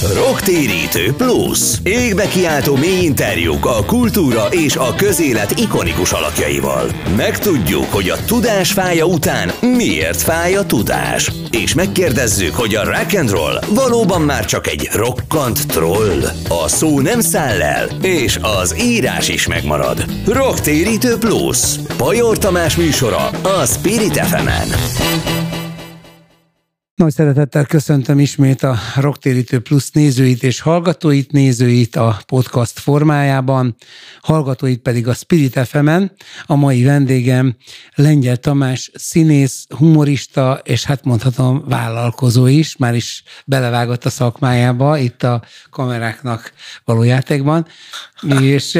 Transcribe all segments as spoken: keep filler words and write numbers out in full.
Rocktérítő Plusz. Égbe kiáltó mély interjúk a kultúra és a közélet ikonikus alakjaival. Megtudjuk, hogy a tudás fája után miért fáj a tudás. És megkérdezzük, hogy a rock and roll valóban már csak egy rokkant troll. A szó nem száll el, és az írás is megmarad. Rocktérítő Plusz. Pajor Tamás műsora a Spirit ef emen. Nagy szeretettel köszöntöm ismét a Rocktérítő Plusz nézőit és hallgatóit, nézőit a podcast formájában, hallgatóit pedig a Spirit ef emen. A mai vendégem Lengyel Tamás, színész, humorista, és hát mondhatom vállalkozó is, már is belevágott a szakmájába, itt a kameráknak való játékban. És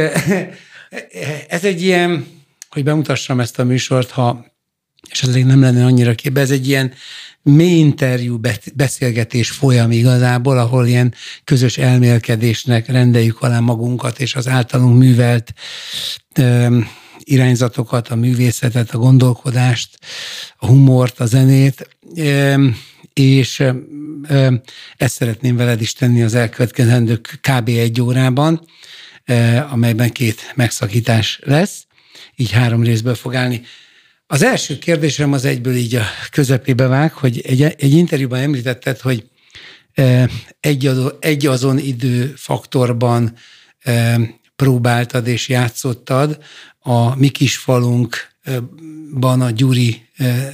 ez egy ilyen, hogy bemutassam ezt a műsort, ha esetleg nem lenne annyira képbe, ez egy ilyen mély interjú beszélgetés folyam igazából, ahol ilyen közös elmélkedésnek rendeljük alá magunkat, és az általunk művelt ö, irányzatokat, a művészetet, a gondolkodást, a humort, a zenét, ö, és ö, ezt szeretném veled is tenni az elkövetkezendő kb. Egy órában, ö, amelyben két megszakítás lesz, így három részből fog állni. Az első kérdésem az egyből így a közepébe vág, hogy egy, egy interjúban említetted, hogy egy, egy azon időfaktorban próbáltad és játszottad a mi kis falunkban a Gyuri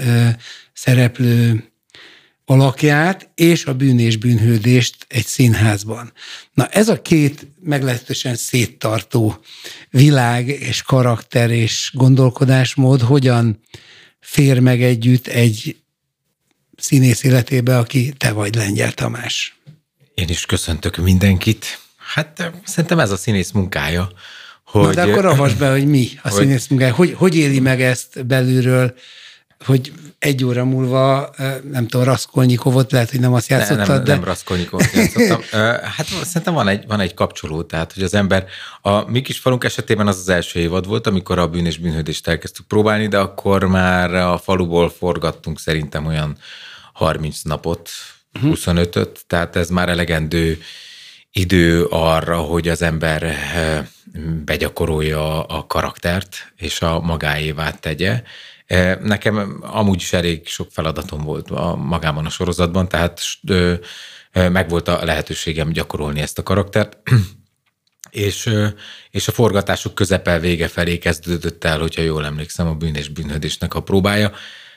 szereplő alakját és a Bűn és bűnhődést egy színházban. Na ez a két meglehetősen széttartó világ és karakter és gondolkodásmód hogyan fér meg együtt egy színész életébe, aki te vagy, Lengyel Tamás? Én is köszöntök mindenkit. Hát szerintem ez a színész munkája. Hogy... Na de akkor avasd be, hogy mi a hogy... színész munkája. Hogy, hogy éli meg ezt belülről, hogy egy óra múlva, nem tudom, Raskolnyikovot, lehet, hogy nem azt játszottad, ne, nem, de... Nem Raskolnyikovot játszottam. Hát szerintem van egy, van egy kapcsoló, tehát, hogy az ember, a mi kis falunk esetében az az első évad volt, amikor a Bűn és bűnhődést elkezdtük próbálni, de akkor már a faluból forgattunk szerintem olyan harminc napot, uh-huh. huszonötöt, tehát ez már elegendő idő arra, hogy az ember begyakorolja a karaktert, és a magáévá tegye. Nekem amúgy is elég sok feladatom volt a magában a sorozatban, tehát megvolt a lehetőségem gyakorolni ezt a karaktert, és, és a forgatások közepe vége felé kezdődött el, hogyha jól emlékszem, a Bűn és bűnhődésnek a próbája.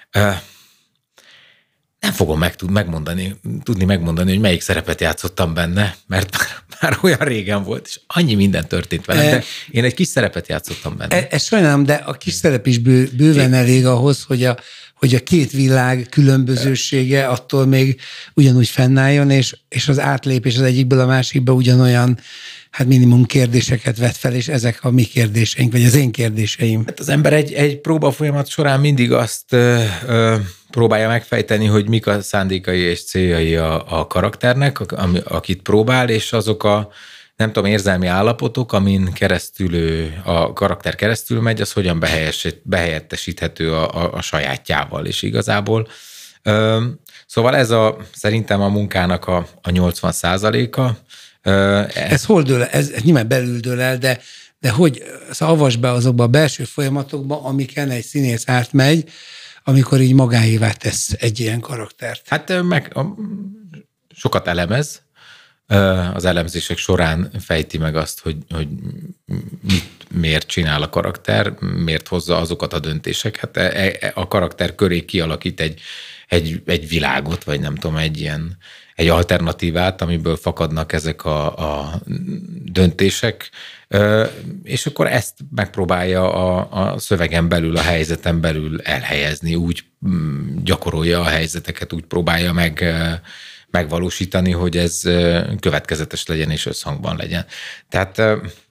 Nem fogom meg, megmondani, tudni megmondani, hogy melyik szerepet játszottam benne, mert már, már olyan régen volt, és annyi minden történt velem, de én egy kis szerepet játszottam benne. E, ezt sajnálom, de a kis szerep is bő, bőven elég ahhoz, hogy a, hogy a két világ különbözősége attól még ugyanúgy fennálljon, és, és az átlépés az egyikből a másikba ugyanolyan, hát minimum kérdéseket vet fel, és ezek a mi kérdéseink, vagy az én kérdéseim. Hát az ember egy, egy próba folyamat során mindig azt ö, ö, próbálja megfejteni, hogy mik a szándékai és céljai a, a karakternek, akit próbál, és azok a, nem tudom, érzelmi állapotok, amin keresztül ő, a karakter keresztül megy, az hogyan behelyettesíthető a, a, a sajátjával, és igazából. Ö, szóval ez a, szerintem a munkának a, a nyolcvan százaléka. Ez, ez hol dől el? Ez, ez nyilván belül dől el, de, de hogy szóval avasd be azokba a belső folyamatokba, amiken egy színész átmegy, amikor így magáévá tesz egy ilyen karaktert. Hát meg sokat elemez, az elemzések során fejti meg azt, hogy, hogy mit, miért csinál a karakter, miért hozza azokat a döntéseket. A karakter köré kialakít egy, egy, egy világot, vagy nem tudom, egy ilyen egy alternatívát, amiből fakadnak ezek a, a döntések, és akkor ezt megpróbálja a, a szövegen belül, a helyzeten belül elhelyezni, úgy gyakorolja a helyzeteket, úgy próbálja meg megvalósítani, hogy ez következetes legyen és összhangban legyen. Tehát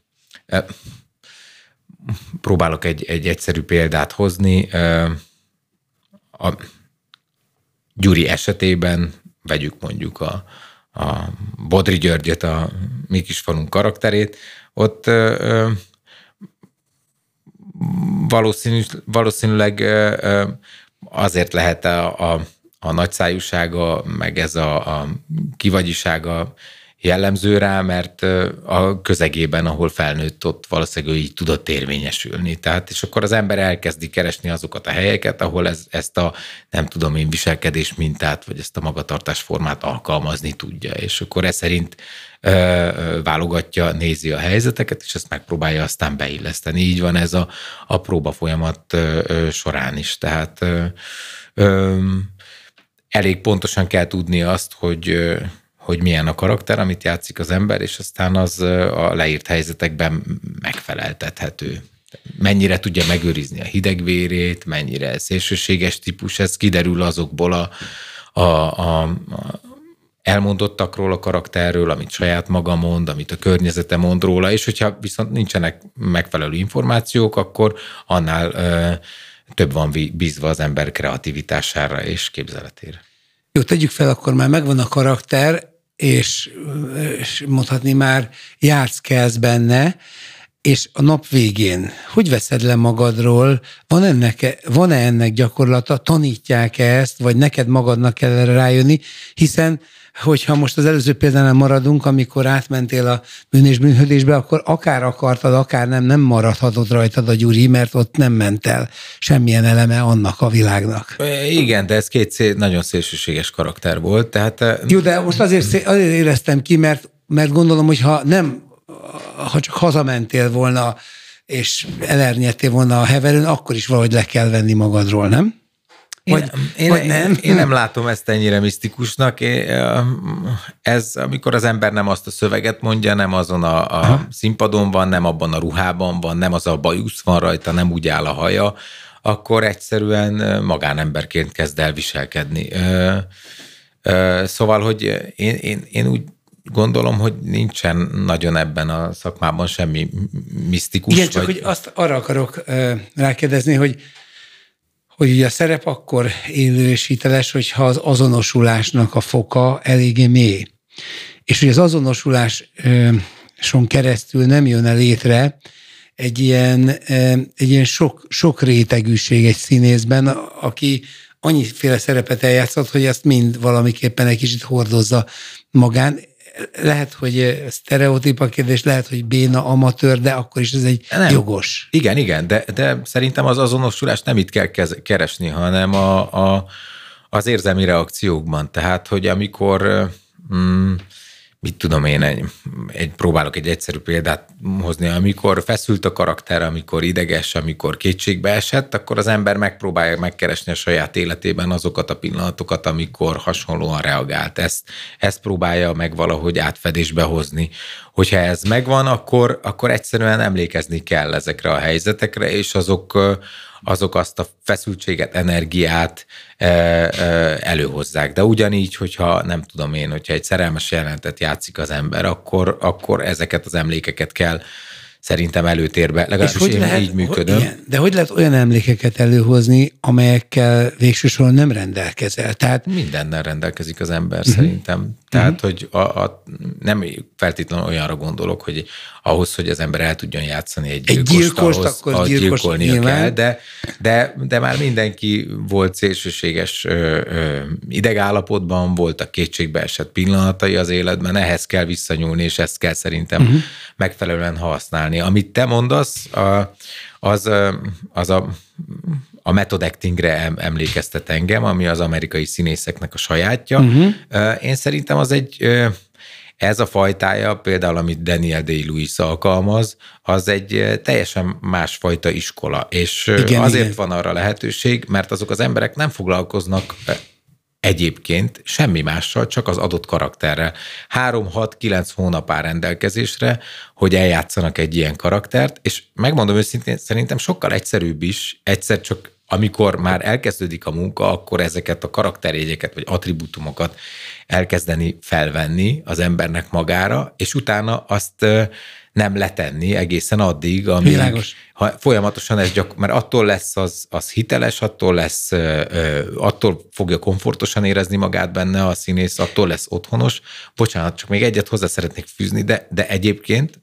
próbálok egy, egy egyszerű példát hozni. A Gyuri esetében vegyük mondjuk a, a Bodri Györgyöt, a mi kis falunk karakterét, ott ö, valószínű, valószínűleg ö, azért lehet a, a, a nagyszájúsága, meg ez a, a kivagyisága jellemző rá, mert a közegében, ahol felnőtt, ott valószínűleg ő így tudott érvényesülni. Tehát, és akkor az ember elkezdi keresni azokat a helyeket, ahol ez, ezt a, nem tudom én, viselkedés mintát, vagy ezt a magatartásformát alkalmazni tudja. És akkor ez szerint ö, ö, válogatja, nézi a helyzeteket, és ezt megpróbálja aztán beilleszteni. Így van ez a, a próba folyamat ö, ö, során is. Tehát ö, ö, elég pontosan kell tudni azt, hogy ö, hogy milyen a karakter, amit játszik az ember, és aztán az a leírt helyzetekben megfeleltethető. Mennyire tudja megőrizni a hidegvérét, mennyire szélsőséges típus, ez kiderül azokból a, a, a, a elmondottakról a karakterről, amit saját maga mond, amit a környezete mond róla, és hogyha viszont nincsenek megfelelő információk, akkor annál ö, több van bízva az ember kreativitására és képzeletére. Jó, tegyük fel, akkor már megvan a karakter, és, és mondhatni már játszkelsz benne, és a nap végén hogy veszed le magadról? Van ennek, van-e ennek gyakorlata? Tanítják-e ezt, vagy neked magadnak kell erre rájönni? Hiszen, hogyha most az előző példánál maradunk, amikor átmentél a bűn és bűnhődésbe, akkor akár akartad, akár nem, nem maradhatod rajtad a Gyuri, mert ott nem ment el semmilyen eleme annak a világnak. Igen, de ez két szél, nagyon szélsőséges karakter volt. Tehát... Jó, de most azért, azért éreztem ki, mert, mert gondolom, hogy ha nem, ha csak hazamentél volna, és elernyedtél volna a heverőn, akkor is valahogy le kell venni magadról, nem? Vagy, én, vagy nem? Én, én nem látom ezt ennyire misztikusnak. Ez, amikor az ember nem azt a szöveget mondja, nem azon a, a színpadon van, nem abban a ruhában van, nem az a bajusz van rajta, nem úgy áll a haja, akkor egyszerűen magánemberként kezd el viselkedni. Szóval, hogy én, én, én úgy gondolom, hogy nincsen nagyon ebben a szakmában semmi misztikus. Igen, csak vagy... hogy azt arra akarok rákérdezni, hogy hogy ugye a szerep akkor élő és hiteles, hogyha az azonosulásnak a foka eléggé mély. És hogy az azonosuláson keresztül nem jön létre egy ilyen, egy ilyen sok, sok rétegűség egy színészben, aki annyiféle szerepet eljátszott, hogy azt mind valamiképpen egy kicsit hordozza magán. Lehet, hogy sztereotípa kérdés, lehet, hogy béna, amatőr, de akkor is ez egy nem. jogos. Igen, igen, de, de szerintem az azonosulást nem itt kell keresni, hanem a, a, az érzelmi reakciókban. Tehát, hogy amikor, mm, mit tudom én, egy, egy, próbálok egy egyszerű példát hozni, amikor feszült a karakter, amikor ideges, amikor kétségbe esett, akkor az ember megpróbálja megkeresni a saját életében azokat a pillanatokat, amikor hasonlóan reagált. Ezt, ezt próbálja meg valahogy átfedésbe hozni. Hogyha ez megvan, akkor, akkor egyszerűen emlékezni kell ezekre a helyzetekre, és azok, azok azt a feszültséget, energiát előhozzák. De ugyanígy, hogyha nem tudom én, hogyha egy szerelmes jelenetet játszik az ember, akkor, akkor ezeket az emlékeket kell szerintem előtérbe, legalábbis én lehet, így működöm. Hogy, igen, de hogy lehet olyan emlékeket előhozni, amelyekkel végső soron nem rendelkezel? Tehát... Mindennel rendelkezik az ember uh-huh. szerintem. Tehát, uh-huh. hogy a, a, nem feltétlenül olyanra gondolok, hogy ahhoz, hogy az ember el tudjon játszani egy gyilkost, egy gyilkost ahhoz, akkor ahhoz gyilkos gyilkolnia nyilván. kell, de, de, de már mindenki volt szélsőséges ö, ö, idegállapotban, voltak kétségbeesett pillanatai az életben, ehhez kell visszanyúlni, és ezt kell szerintem uh-huh. megfelelően használni. Amit te mondasz, a, az, az a, a method actingre emlékeztet engem, ami az amerikai színészeknek a sajátja. Uh-huh. Én szerintem az egy, ez a fajtája, például amit Daniel Day-Lewis alkalmaz, az egy teljesen másfajta iskola, és igen, azért igen. van arra lehetőség, mert azok az emberek nem foglalkoznak egyébként semmi mással, csak az adott karakterrel. Három, hat, kilenc hónap áll rendelkezésre, hogy eljátszanak egy ilyen karaktert, és megmondom őszintén, szerintem sokkal egyszerűbb is, egyszer csak amikor már elkezdődik a munka, akkor ezeket a karakterjegyeket, vagy attribútumokat elkezdeni felvenni az embernek magára, és utána azt nem letenni egészen addig, amíg ha folyamatosan ez gyak, mert attól lesz az, az hiteles, attól lesz, attól fogja komfortosan érezni magát benne a színész, attól lesz otthonos. Bocsánat, csak még egyet hozzá szeretnék fűzni, de, de egyébként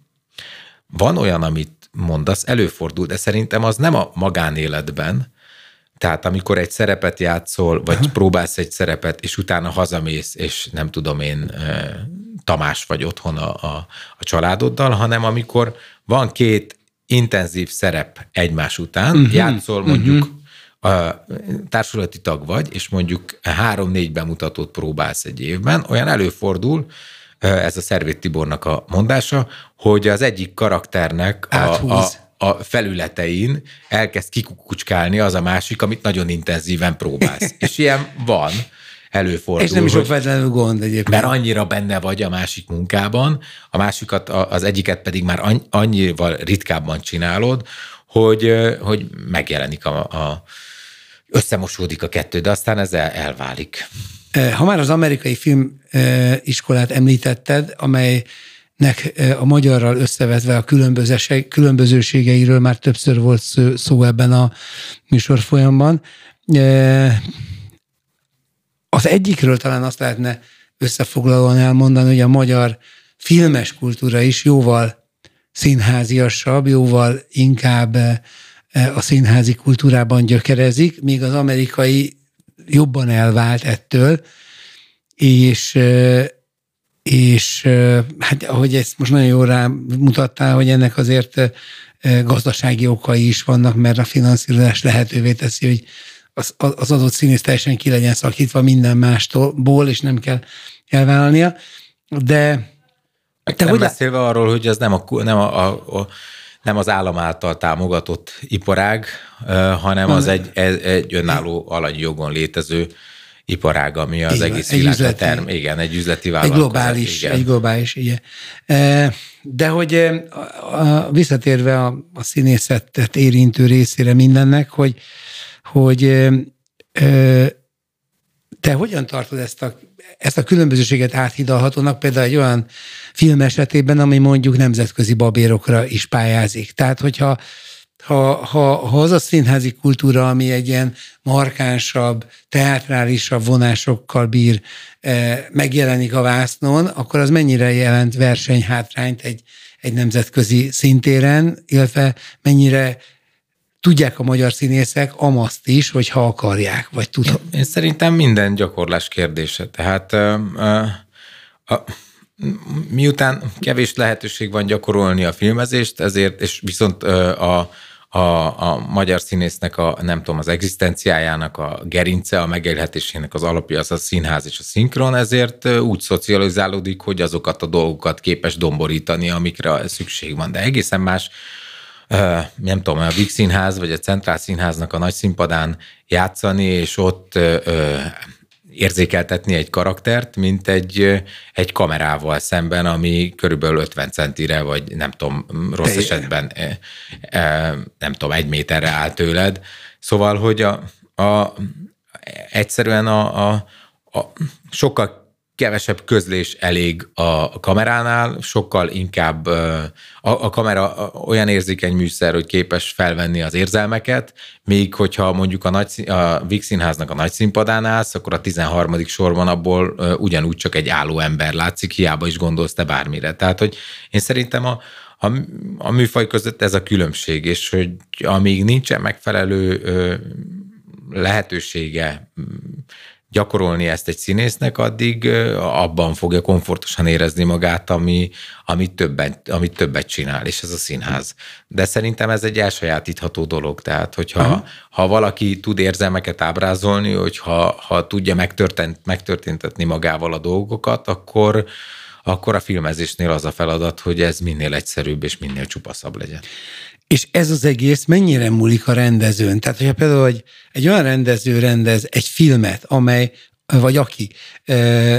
van olyan, amit mondasz, előfordul, de szerintem az nem a magánéletben, tehát amikor egy szerepet játszol, vagy Aha. próbálsz egy szerepet, és utána hazamész, és nem tudom én, Tamás vagy otthon a, a, a családoddal, hanem amikor van két intenzív szerep egymás után, uh-huh. játszol mondjuk uh-huh. a társulati tag vagy, és mondjuk három-négy bemutatót próbálsz egy évben, olyan előfordul, ez a Szervét Tibornak a mondása, hogy az egyik karakternek a, a, a felületein elkezd kikukucskálni az a másik, amit nagyon intenzíven próbálsz. És ilyen van, előfordul. És nem is sok feltétlenül gond egyébként. Mert annyira benne vagy a másik munkában, a másikat, az egyiket pedig már annyival ritkábban csinálod, hogy, hogy megjelenik a, a összemosódik a kettő, de aztán ez el, elválik. Ha már az amerikai filmiskolát említetted, amelynek a magyarral összevetve a különbözőségeiről már többször volt szó ebben a műsorfolyamban. Az egyikről talán azt lehetne összefoglalóan elmondani, hogy a magyar filmes kultúra is jóval színháziasabb, jóval inkább a színházi kultúrában gyökerezik, míg az amerikai jobban elvált ettől, és, és hát ahogy ezt most nagyon jól rámutattál, hogy ennek azért gazdasági okai is vannak, mert a finanszírozás lehetővé teszi, hogy az, az adott színész teljesen ki legyen szakítva minden mástól, és nem kell elvállalnia, de... Te nem beszélve arról, hogy ez nem, a, nem, a, a, nem az állam által támogatott iparág, hanem az egy, egy önálló alanyjogon létező iparág, ami az igen, egész világra term. Igen, egy üzleti vállalkozás. Egy globális, igen. Egy globális, igen. De hogy visszatérve a, a színészetet érintő részére mindennek, hogy, hogy te hogyan tartod ezt a, ezt a különbözőséget áthidalhatónak például egy olyan film esetében, ami mondjuk nemzetközi babérokra is pályázik. Tehát, hogyha ha, ha, ha az a színházi kultúra, ami egy ilyen markánsabb, teátrálisabb vonásokkal bír, megjelenik a vásznon, akkor az mennyire jelent versenyhátrányt egy, egy nemzetközi szintéren, illetve mennyire tudják a magyar színészek amaszt is, hogy ha akarják, vagy tudnak. Én, én szerintem minden gyakorlás kérdése. Tehát uh, uh, miután kevés lehetőség van gyakorolni a filmezést, ezért, és viszont uh, a, a, a magyar színésznek a, nem tudom, az egzisztenciájának a gerince, a megélhetésének az alapja az a színház és a szinkron, ezért uh, úgy szocializálódik, hogy azokat a dolgokat képes domborítani, amikre szükség van. De egészen más Uh, nem tudom, a Víg Színház vagy a Centrál Színháznak a nagy színpadán játszani, és ott uh, uh, érzékeltetni egy karaktert, mint egy, egy kamerával szemben, ami körülbelül ötven centire, vagy nem tudom, rossz De esetben uh, uh, nem tudom, egy méterre áll tőled. Szóval, hogy a, a, egyszerűen a, a, a sokkal kevesebb közlés elég a kameránál, sokkal inkább a, a kamera olyan érzékeny műszer, hogy képes felvenni az érzelmeket, még hogyha mondjuk a, nagy, a Víg Színháznak a nagy színpadán állsz, akkor a tizenharmadik sorban abból ugyanúgy csak egy álló ember látszik, hiába is gondolsz te bármire. Tehát, hogy én szerintem a, a, a műfaj között ez a különbség, és hogy amíg nincsen megfelelő lehetősége gyakorolni ezt egy színésznek, addig abban fogja komfortosan érezni magát, ami, amit, többet, amit többet csinál, és ez a színház. De szerintem ez egy elsajátítható dolog, tehát hogyha ha valaki tud érzelmeket ábrázolni, hogyha ha tudja megtörtént, megtörténtetni magával a dolgokat, akkor, akkor a filmezésnél az a feladat, hogy ez minél egyszerűbb és minél csupaszabb legyen. És ez az egész mennyire múlik a rendezőn? Tehát, hogyha például egy, egy olyan rendező rendez egy filmet, amely, vagy aki e,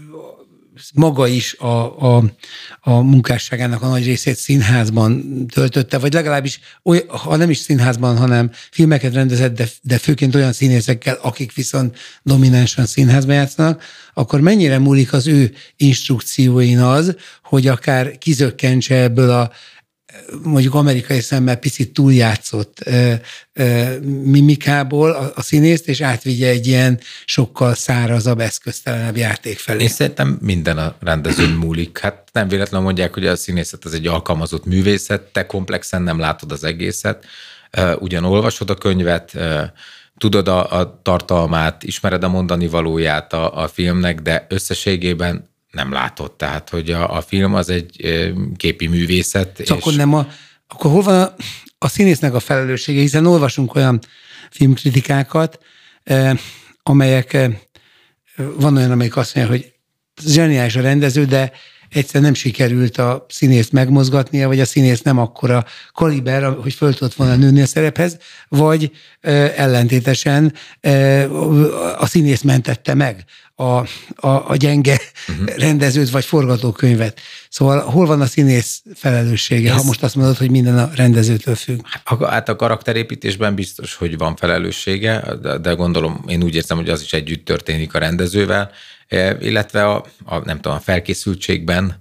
maga is a, a, a munkásságának a nagy részét színházban töltötte, vagy legalábbis, oly, ha nem is színházban, hanem filmeket rendezett, de, de főként olyan színészekkel, akik viszont dominánsan színházban játszanak, akkor mennyire múlik az ő instrukcióin az, hogy akár kizökkentse ebből a mondjuk amerikai szemmel picit túljátszott ö, ö, mimikából a, a színészt, és átvigye egy ilyen sokkal szárazabb, eszköztelenebb játék felé. Én szerintem minden a rendezőn múlik. Hát nem véletlenül mondják, hogy a színészet az egy alkalmazott művészet, te komplexen nem látod az egészet, ugyan olvasod a könyvet, tudod a, a tartalmát, ismered a mondani valóját a, a filmnek, de összességében nem látott. Tehát, hogy a, a film az egy képi művészet. Szóval és... akkor nem a, akkor hol van a, a színésznek a felelőssége, hiszen olvasunk olyan filmkritikákat, eh, amelyek, eh, van olyan, amelyik azt mondja, hogy zseniális a rendező, de egyszer nem sikerült a színészt megmozgatnia, vagy a színész nem akkora kaliber, hogy föl tudott volna nőni a szerephez, vagy ö, ellentétesen ö, a színész mentette meg a, a, a gyenge uh-huh. rendezőt, vagy forgatókönyvet. Szóval hol van a színész felelőssége, Ez... ha most azt mondod, hogy minden a rendezőtől függ? Hát a karakterépítésben biztos, hogy van felelőssége, de, de gondolom, én úgy érzem, hogy az is együtt történik a rendezővel, illetve a, a, nem tudom, a felkészültségben,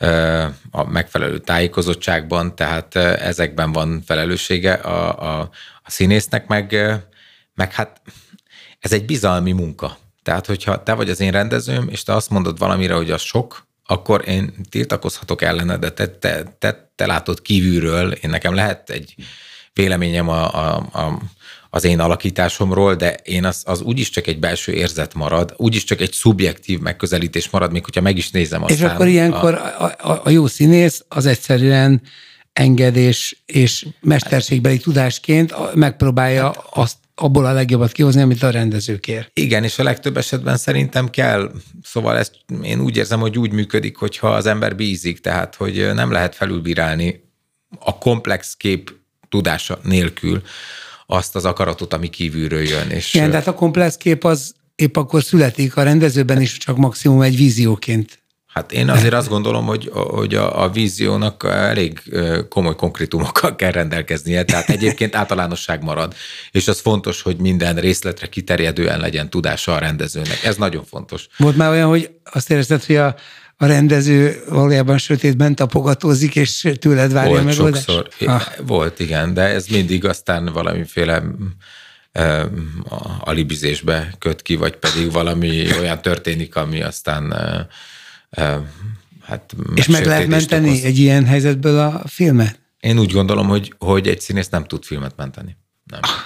a megfelelő tájékozottságban, tehát ezekben van felelőssége a, a, a színésznek, meg, meg hát ez egy bizalmi munka. Tehát, hogyha te vagy az én rendezőm, és te azt mondod valamire, hogy az sok, akkor én tiltakozhatok ellene, de te, te, te, te látod kívülről, én nekem lehet egy véleményem a, a, a az én alakításomról, de én az, az úgyis csak egy belső érzet marad, úgyis csak egy szubjektív megközelítés marad, még hogyha meg is nézem aztán. És akkor ilyenkor a, a, a jó színész az egyszerűen engedés és mesterségbeli tudásként megpróbálja hát, azt abból a legjobbat kihozni, amit a rendező kér. Igen, és a legtöbb esetben szerintem kell. Szóval ezt én úgy érzem, hogy úgy működik, hogyha az ember bízik, tehát hogy nem lehet felülbírálni a komplex kép tudása nélkül azt az akaratot, ami kívülről jön. És igen, tehát a komplex kép az épp akkor születik, a rendezőben is csak maximum egy vízióként. Hát én azért azt gondolom, hogy, hogy a, a víziónak elég komoly konkrétumokkal kell rendelkeznie, tehát egyébként általánosság marad, és az fontos, hogy minden részletre kiterjedően legyen tudása a rendezőnek. Ez nagyon fontos. Volt már olyan, hogy azt érezted, hogy a a rendező valójában sötétben tapogatózik, és tőled várja volt megoldást? Sokszor. Ah. Volt, igen, de ez mindig aztán valamiféle uh, alibizésbe köt ki, vagy pedig valami olyan történik, ami aztán uh, uh, hát és meg lehet menteni okoz. Egy ilyen helyzetből a filmet? Én úgy gondolom, hogy, hogy egy színész nem tud filmet menteni. Nem. Ah.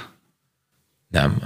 Nem.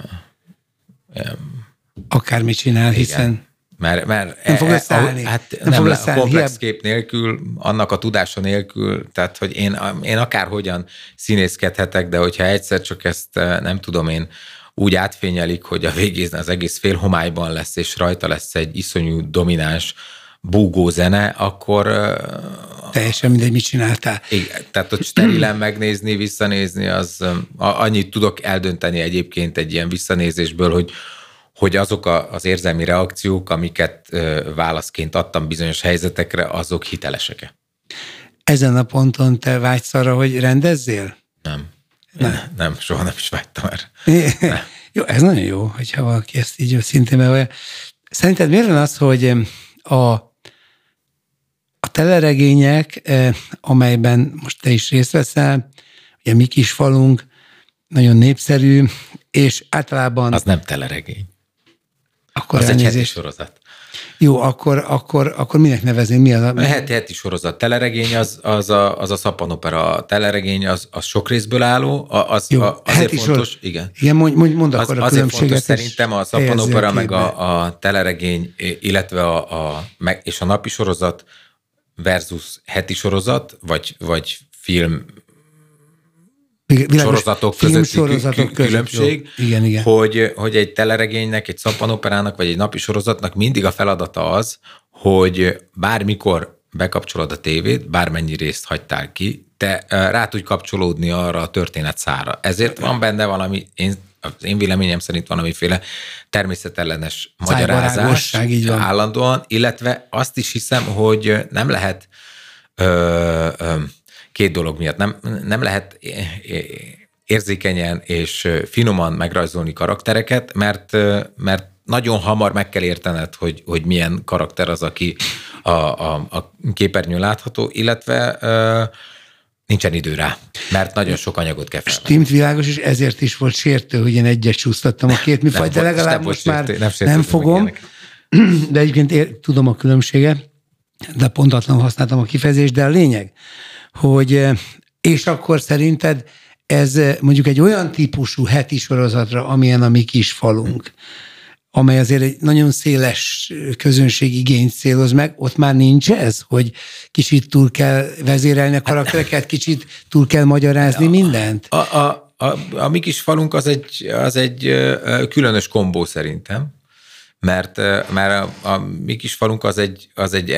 Um, Akármit csinál, igen. Hiszen Mert, mert nem fog leszállni. Hát nem, nem le, a komplex kép nélkül, annak a tudása nélkül, tehát hogy én, én akárhogyan színészkedhetek, de hogyha egyszer csak ezt nem tudom én úgy átfényelik, hogy a végén az egész félhomályban lesz, és rajta lesz egy iszonyú domináns búgó zene, akkor... Teljesen mindegy, mit csináltál. Igen, tehát hogy sterilen megnézni, visszanézni, az annyit tudok eldönteni egyébként egy ilyen visszanézésből, hogy hogy azok a, az érzelmi reakciók, amiket ö, válaszként adtam bizonyos helyzetekre, azok hitelesek-e. Ezen a ponton te vágysz arra, hogy rendezzél? Nem. Nem, nem soha nem is vágytam erre. Jó, ez nagyon jó, hogyha valaki ezt így szintén megolja. Szerinted miért van az, hogy a, a teleregények, amelyben most te is részt veszel, ugye Mi kis falunk, nagyon népszerű, és általában... Az nem teleregény. Akkor az elnézést. Egy heti sorozat. Jó, akkor, akkor, akkor minek nevezni? Mi az a... a heti, heti sorozat. Teleregény az, az, a, az a szappanopera. A teleregény az, az sok részből álló. Az, Jó, a, azért fontos, sor... igen. Igen, mondj, mondj, mondd akkor az, a azért fontos szerintem a szappanopera, meg a, a teleregény, illetve a, a, meg, és a napi sorozat versus heti sorozat, vagy, vagy film Világos, sorozatok közötti sorozatok különbség, igen, igen. Hogy, hogy egy teleregénynek, egy szappanoperának, vagy egy napi sorozatnak mindig a feladata az, hogy bármikor bekapcsolod a tévét, bármennyi részt hagytál ki, te rá tudj kapcsolódni arra a történet szára. Ezért van benne valami, én, az én véleményem szerint valamiféle természetellenes magyarázás állandóan, illetve azt is hiszem, hogy nem lehet ö, ö, két dolog miatt. Nem, nem lehet érzékenyen és finoman megrajzolni karaktereket, mert, mert nagyon hamar meg kell értened, hogy, hogy milyen karakter az, aki a, a, a képernyőn látható, illetve uh, nincsen idő rá, mert nagyon sok anyagot kell felvenni. Stimmt, világos, és ezért is volt sértő, hogy én egyet csúsztattam a két műfajt, de legalább most sértő, már nem, nem fogom. De egyébként ér, tudom a különbséget, de pontatlanul használtam a kifejezést, de a lényeg, hogy és akkor szerinted ez mondjuk egy olyan típusú heti sorozatra, amilyen a Mi kis falunk, amely azért egy nagyon széles közönség igényt céloz meg, ott már nincs ez, hogy kicsit túl kell vezérelni a karaktereket, kicsit túl kell magyarázni mindent? A, a, a, a mi kis falunk az egy, az egy különös kombó szerintem, mert, mert a, a mi kis falunk az egy, az egy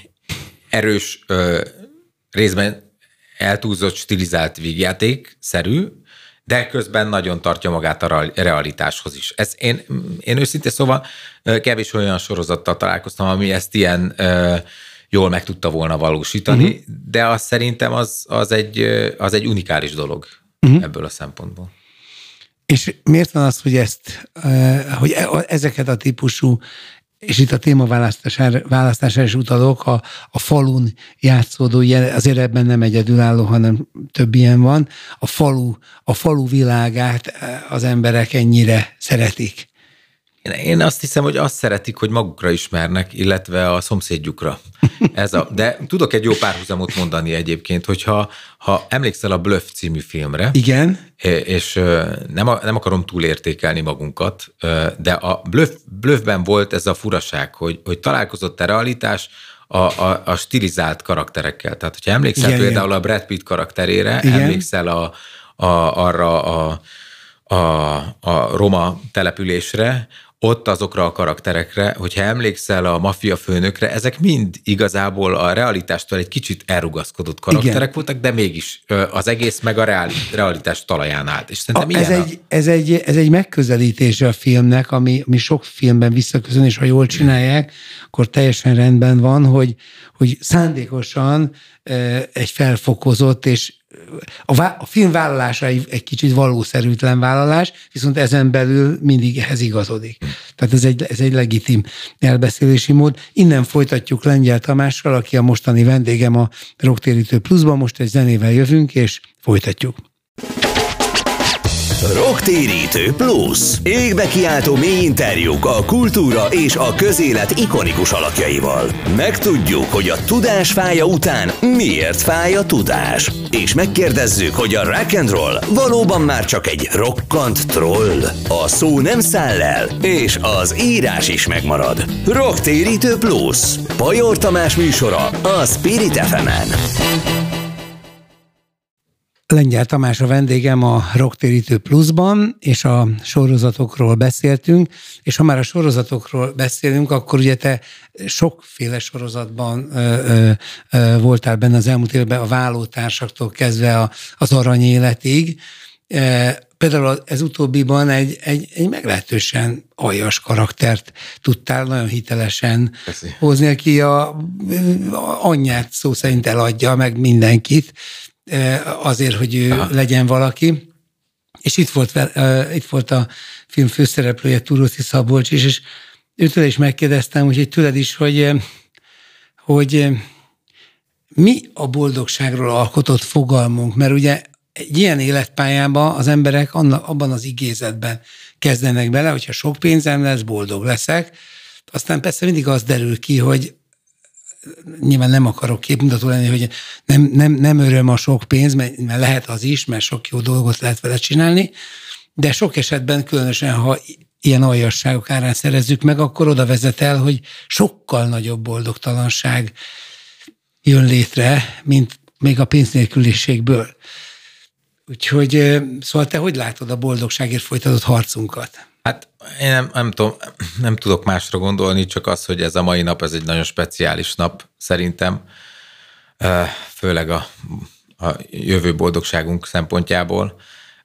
erős, részben eltúlzott, stilizált vígjáték-szerű, de közben nagyon tartja magát a realitáshoz is. Ez én, én őszintén szóval kevés olyan sorozattal találkoztam, ami ezt ilyen ö, jól meg tudta volna valósítani, uh-huh. de azt szerintem az, az, egy, az egy unikális dolog uh-huh. ebből a szempontból. És miért van az, hogy ezt, hogy ezeket a típusú, és itt a témaválasztására választására is utalok, a, a falun játszódó, azért ebben nem egyedülálló, hanem több ilyen van, a falu, a falu világát az emberek ennyire szeretik. Én azt hiszem, hogy azt szeretik, hogy magukra ismernek, illetve a szomszédjukra. Ez a, de tudok egy jó párhuzamot mondani egyébként, hogyha ha emlékszel a Bluff című filmre, igen, és nem, nem akarom túlértékelni magunkat, de a Bluff, Bluffben volt ez a furaság, hogy, hogy találkozott a realitás a, a, a stilizált karakterekkel. Tehát, hogyha emlékszel igen, például igen. a Brad Pitt karakterére, igen. emlékszel a, a, arra a, a, a roma településre, ott azokra a karakterekre, hogyha emlékszel a maffia főnökre, ezek mind igazából a realitástól egy kicsit elrugaszkodott karakterek igen. voltak, de mégis az egész meg a realitás talaján állt. És a, ez, egy, a... ez, egy, ez egy megközelítése a filmnek, ami, ami sok filmben visszaköszön, és ha jól csinálják, akkor teljesen rendben van, hogy, hogy szándékosan egy felfokozott és A, vá- a film vállalása egy, egy kicsit valószerűtlen vállalás, viszont ezen belül mindig ehhez igazodik. Tehát ez egy, ez egy legitim elbeszélési mód. Innen folytatjuk Lengyel Tamással, aki a mostani vendégem a Rocktérítő Pluszban. Most egy zenével jövünk, és folytatjuk. Rocktérítő Plusz. Égbe kiáltó mély interjúk a kultúra és a közélet ikonikus alakjaival. Megtudjuk, hogy a tudás fája után miért fáj a tudás. És megkérdezzük, hogy a rock and roll valóban már csak egy rokkant troll. A szó nem száll el, és az írás is megmarad. Rocktérítő Plusz. Pajor Tamás műsora a Spirit ef emen. Lengyel Tamás a vendégem a Rocktérítő Pluszban, és a sorozatokról beszéltünk, és ha már a sorozatokról beszélünk, akkor ugye te sokféle sorozatban ö, ö, ö, voltál benne az elmúlt évben, a Vállótársaktól kezdve a, az Aranyéletig. E, például ez utóbbiban egy, egy, egy meglehetősen aljas karaktert tudtál nagyon hitelesen Köszi. hozni, aki a, a anyját szó szerint eladja meg mindenkit, azért, hogy ő Aha. legyen valaki. És itt volt, itt volt a film főszereplője, Túróci Szabolcs is, és őtől is megkérdeztem, úgyhogy tőled is, hogy, hogy mi a boldogságról alkotott fogalmunk, mert ugye egy ilyen életpályában az emberek abban az igézetben kezdenek bele, hogyha sok pénzem lesz, boldog leszek. Aztán persze mindig az derül ki, hogy nyilván nem akarok képmutató lenni, hogy nem, nem, nem öröm a sok pénz, mert lehet az is, mert sok jó dolgot lehet vele csinálni, de sok esetben, különösen ha ilyen aljasságok árán szerezzük meg, akkor oda vezet el, hogy sokkal nagyobb boldogtalanság jön létre, mint még a pénznélküliségből. Úgyhogy, szóval te hogy látod a boldogságért folytatott harcunkat? Hát én nem, nem, tudom, nem tudok másra gondolni, csak az, hogy ez a mai nap, ez egy nagyon speciális nap szerintem, főleg a, a jövő boldogságunk szempontjából.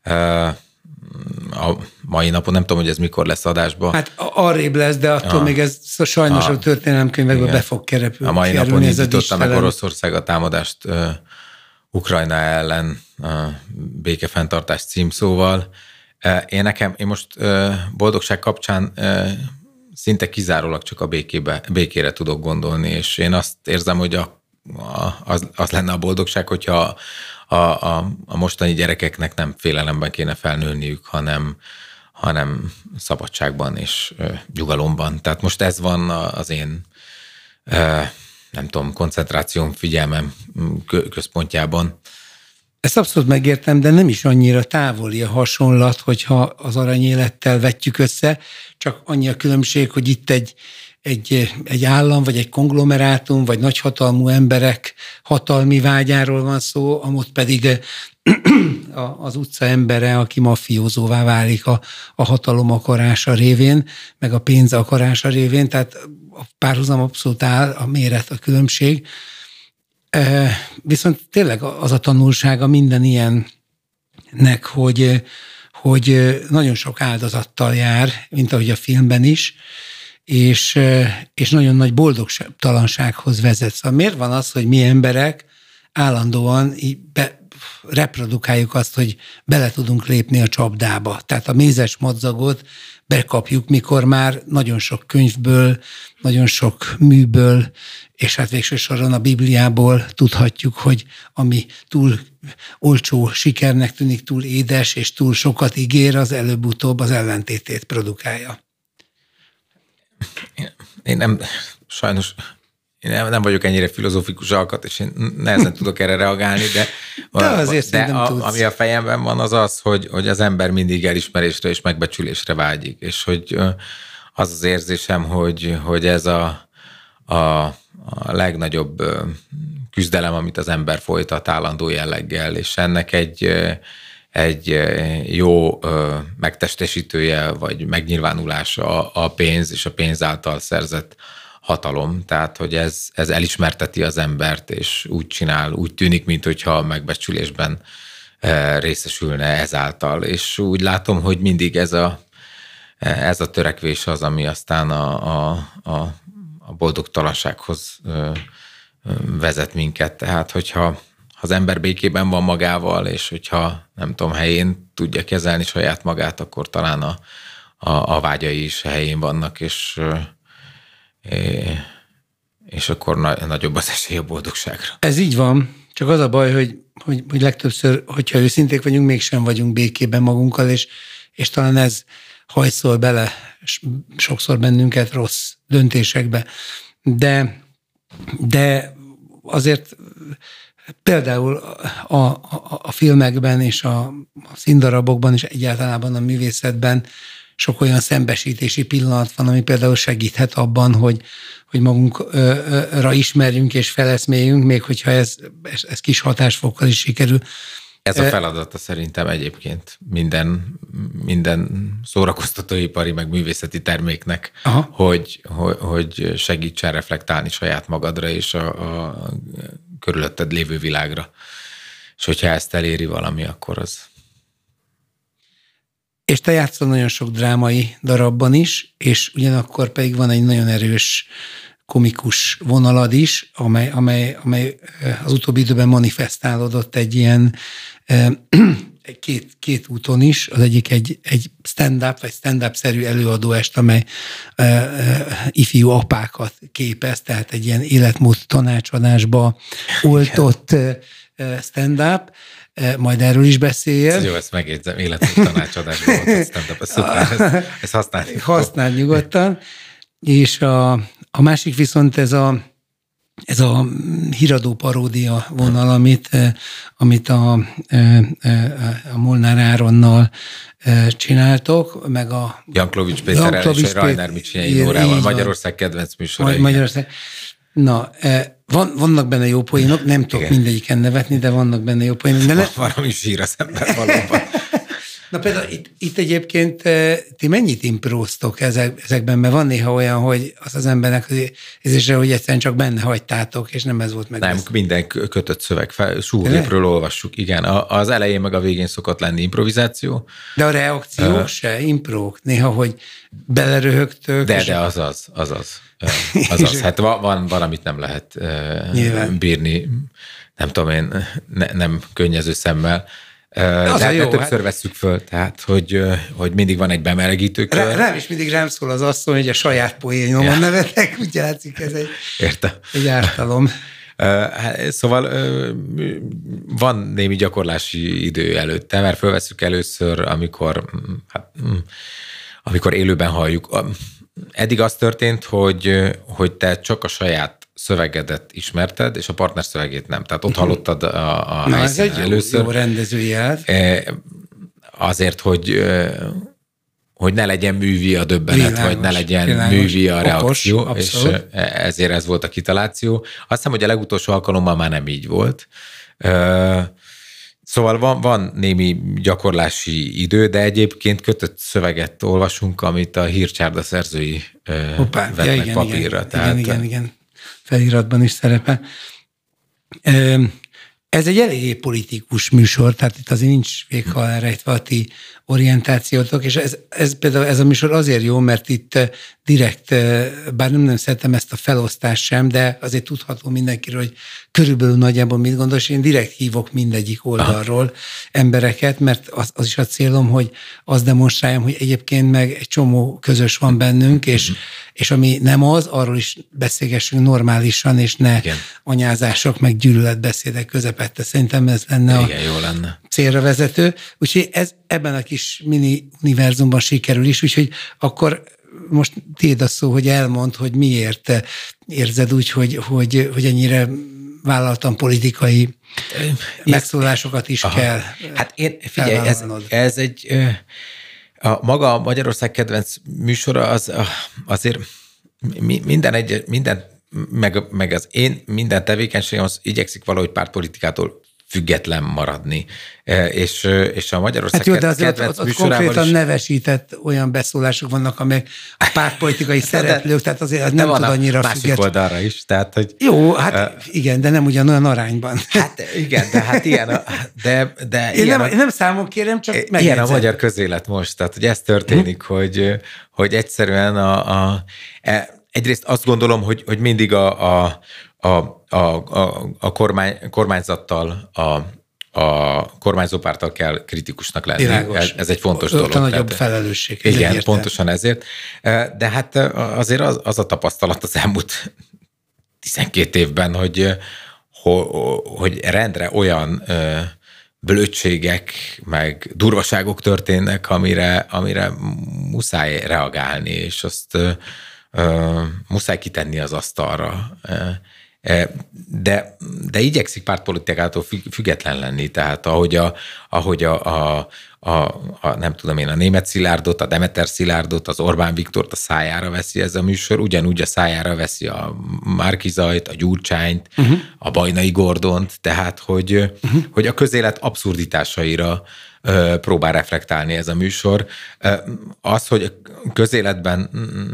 A mai napon, nem tudom, hogy ez mikor lesz adásban. Hát arrébb lesz, de attól a, még ez sajnos a, a történelemkönyvekben be fog kerepülni. A mai napon indította meg Oroszország a támadást uh, Ukrajna ellen a békefenntartás címszóval. Én nekem, én most boldogság kapcsán szinte kizárólag csak a békébe, békére tudok gondolni, és én azt érzem, hogy a, a, az, az lenne a boldogság, hogyha a, a, a mostani gyerekeknek nem félelemben kéne felnőniük, hanem, hanem szabadságban és nyugalomban. Tehát most ez van az én, nem tudom, koncentrációm, figyelmem központjában. Ezt abszolút megértem, de nem is annyira távoli a hasonlat, hogyha az aranyélettel vetjük össze, csak annyi a különbség, hogy itt egy, egy, egy állam, vagy egy konglomerátum, vagy nagyhatalmú emberek hatalmi vágyáról van szó, amott pedig az utca embere, aki mafiózóvá válik a, a hatalom akarása révén, meg a pénz akarása révén, tehát a párhuzam abszolút áll, a méret, a különbség. Viszont tényleg az a tanulsága minden ilyennek, hogy, hogy nagyon sok áldozattal jár, mint ahogy a filmben is, és, és nagyon nagy boldogtalansághoz vezet. Szóval miért van az, hogy mi emberek állandóan így be, reprodukáljuk azt, hogy bele tudunk lépni a csapdába. Tehát a mézes madzagot bekapjuk, mikor már nagyon sok könyvből, nagyon sok műből, és hát végső soron a Bibliából tudhatjuk, hogy ami túl olcsó sikernek tűnik, túl édes, és túl sokat ígér, az előbb-utóbb az ellentétét produkálja. Én nem, sajnos én nem, nem vagyok ennyire filozófikus alkat, és én nehezen tudok erre reagálni, de, de, azért de a, ami a fejemben van, az az, hogy, hogy az ember mindig elismerésre és megbecsülésre vágyik, és hogy az az érzésem, hogy, hogy ez a, a, a legnagyobb küzdelem, amit az ember folytat állandó jelleggel, és ennek egy, egy jó megtestesítője, vagy megnyilvánulása a pénz és a pénz által szerzett hatalom, tehát hogy ez, ez elismerteti az embert, és úgy csinál, úgy tűnik, minthogyha megbecsülésben részesülne ezáltal. És úgy látom, hogy mindig ez a, ez a törekvés az, ami aztán a, a, a, a boldogtalansághoz vezet minket. Tehát, hogyha az ember békében van magával, és hogyha nem tudom, helyén tudja kezelni saját magát, akkor talán a, a, a vágyai is helyén vannak, és és akkor nagyobb az esély a boldogságra. Ez így van, csak az a baj, hogy, hogy, hogy legtöbbször, hogyha őszinték vagyunk, mégsem vagyunk békében magunkkal, és, és talán ez hajszol bele sokszor bennünket rossz döntésekbe. De, de azért például a, a, a filmekben és a, a színdarabokban és egyáltalán a művészetben sok olyan szembesítési pillanat van, ami például segíthet abban, hogy, hogy magunkra ismerjünk és feleszméljünk, még hogyha ez, ez, ez kis hatásfokkal is sikerül. Ez a feladata szerintem egyébként minden, minden szórakoztatóipari, meg művészeti terméknek, hogy, hogy, hogy segítsen reflektálni saját magadra és a, a körülötted lévő világra. És hogyha ezt eléri valami, akkor az... És te játszol nagyon sok drámai darabban is, és ugyanakkor pedig van egy nagyon erős komikus vonalad is, amely, amely, amely az utóbbi időben manifestálódott egy ilyen két, két úton is. Az egyik egy, egy stand-up, vagy stand-up-szerű előadóest, amely ifjú apákat képez, tehát egy ilyen életmód tanácsadásba oltott stand-up. Majd erről is beszéljél. Ez jó, ezt megjegyzem, életmód tanácsadásban volt a stand-up, ez szuper, ezt, ezt használni. Használd nyugodtan. És a, a másik viszont ez a, ez a híradó paródia vonal, amit, amit a, a Molnár Áronnal csináltok, meg a... Janklóvics Péterrel és a Rajnár Micsinyei Nórával, Magyarország kedvenc műsorai. Magyarország. Na, van, vannak benne jó poénok, nem tudok igen. mindegyiken nevetni, de vannak benne jó poénok. De ne... Valami sír az ember valóban. Na például itt, itt egyébként ti mennyit impróztok ezek, ezekben, mert van néha olyan, hogy az az embernek az érzése, hogy egyszerűen csak benne hagytátok, és nem ez volt meg. Nem, minden kötött szöveg, súrgépről olvassuk, igen. Az elején meg a végén szokott lenni improvizáció. De a reakciók uh, se, imprók, néha, hogy beleröhögtök. De, de az az, az az. Az az. Hát van, van, amit nem lehet Nyilván. bírni, nem tudom én, ne, nem könnyező szemmel. De, de, jó, de többször hát... vesszük föl, tehát, hogy, hogy mindig van egy bemelegítőkör. Rá, rám is mindig rám szól az asszony, hogy a saját poénomon ja. nevetek, úgy játszik, ez egy, egy ártalom. Szóval van némi gyakorlási idő előtte, mert fölvesszük először, amikor, hát, amikor élőben halljuk. Eddig az történt, hogy, hogy te csak a saját szövegedet ismerted, és a partner szövegét nem. Tehát ott hallottad a, a Na, helyszínen ez egy először. Jó, jó rendezői elv. Azért, hogy, hogy ne legyen művi a döbbenet, világos, vagy ne legyen világos, művi a reakció, okos, és ezért ez volt a kitaláció. Azt hiszem, hogy a legutolsó alkalommal már nem így volt. Szóval van, van némi gyakorlási idő, de egyébként kötött szöveget olvasunk, amit a hírcsárda szerzői Hoppá, vetnek ja, igen, papírra. Igen, tehát... igen, igen, igen. Feliratban is szerepel. Ez egy eléggé politikus műsor, tehát itt azért nincs véghal rejtve a ti orientációtok, és ez, ez például ez a műsor azért jó, mert itt direkt, bár nem, nem szeretem ezt a felosztást sem, de azért tudható mindenkiről, hogy körülbelül nagyjából mit gondol, és én direkt hívok mindegyik oldalról Aha. embereket, mert az, az is a célom, hogy azt demonstráljam, hogy egyébként meg egy csomó közös van bennünk, és, és ami nem az, arról is beszélgessünk normálisan, és ne Igen. anyázások, meg gyűlöletbeszédek közepette. Szerintem ez lenne Igen, a jó lenne. célra vezető. Úgyhogy ez ebben a kis mini univerzumban sikerül is, úgyhogy akkor most tiéd a szó, hogy elmond, hogy miért érzed úgy, hogy, hogy, hogy ennyire vállaltan politikai megszólásokat is Aha. kell. Hát én, figyelj, ez, ez egy, a maga a Magyarország kedvenc műsora az azért minden egy, minden, meg, meg az én minden tevékenységem az igyekszik valahogy pártpolitikától független maradni. És, és a Magyarország hát jó, de azért kedvenc ott, ott konkrétan is... nevesített olyan beszólások vannak, amelyek a pártpolitikai szereplők, tehát azért nem tud annyira másik független. oldalra is. Tehát, hogy, jó, hát uh, igen, de nem ugyanolyan arányban. Hát igen, de hát ilyen a, de, de Én ilyen nem, a, nem számon kérem, csak megjegyzem. Ilyen a magyar közélet most, tehát hogy ez történik, hmm. hogy, hogy egyszerűen a, a, egyrészt azt gondolom, hogy, hogy mindig a, a A, a, a, a kormány, kormányzattal, a, a kormányzópárttal kell kritikusnak lenni. Ez, ez egy fontos Ott dolog. A nagyobb felelősség. Ez igen, pontosan ezért. De hát azért az, az a tapasztalat az elmúlt tizenkét évben, hogy, hogy rendre olyan blödségek, meg durvaságok történnek, amire, amire muszáj reagálni, és azt muszáj kitenni az asztalra. De, de igyekszik pártpolitikától független lenni, tehát ahogy a, ahogy a, a, a, a nem tudom én, a Németh Szilárdot, a Demeter Szilárdot, az Orbán Viktort a szájára veszi ez a műsor, ugyanúgy a szájára veszi a Márki-Zajt, a Gyurcsányt, uh-huh. a Bajnai Gordont, tehát hogy, uh-huh. hogy a közélet abszurditásaira próbál reflektálni ez a műsor. Az, hogy a közéletben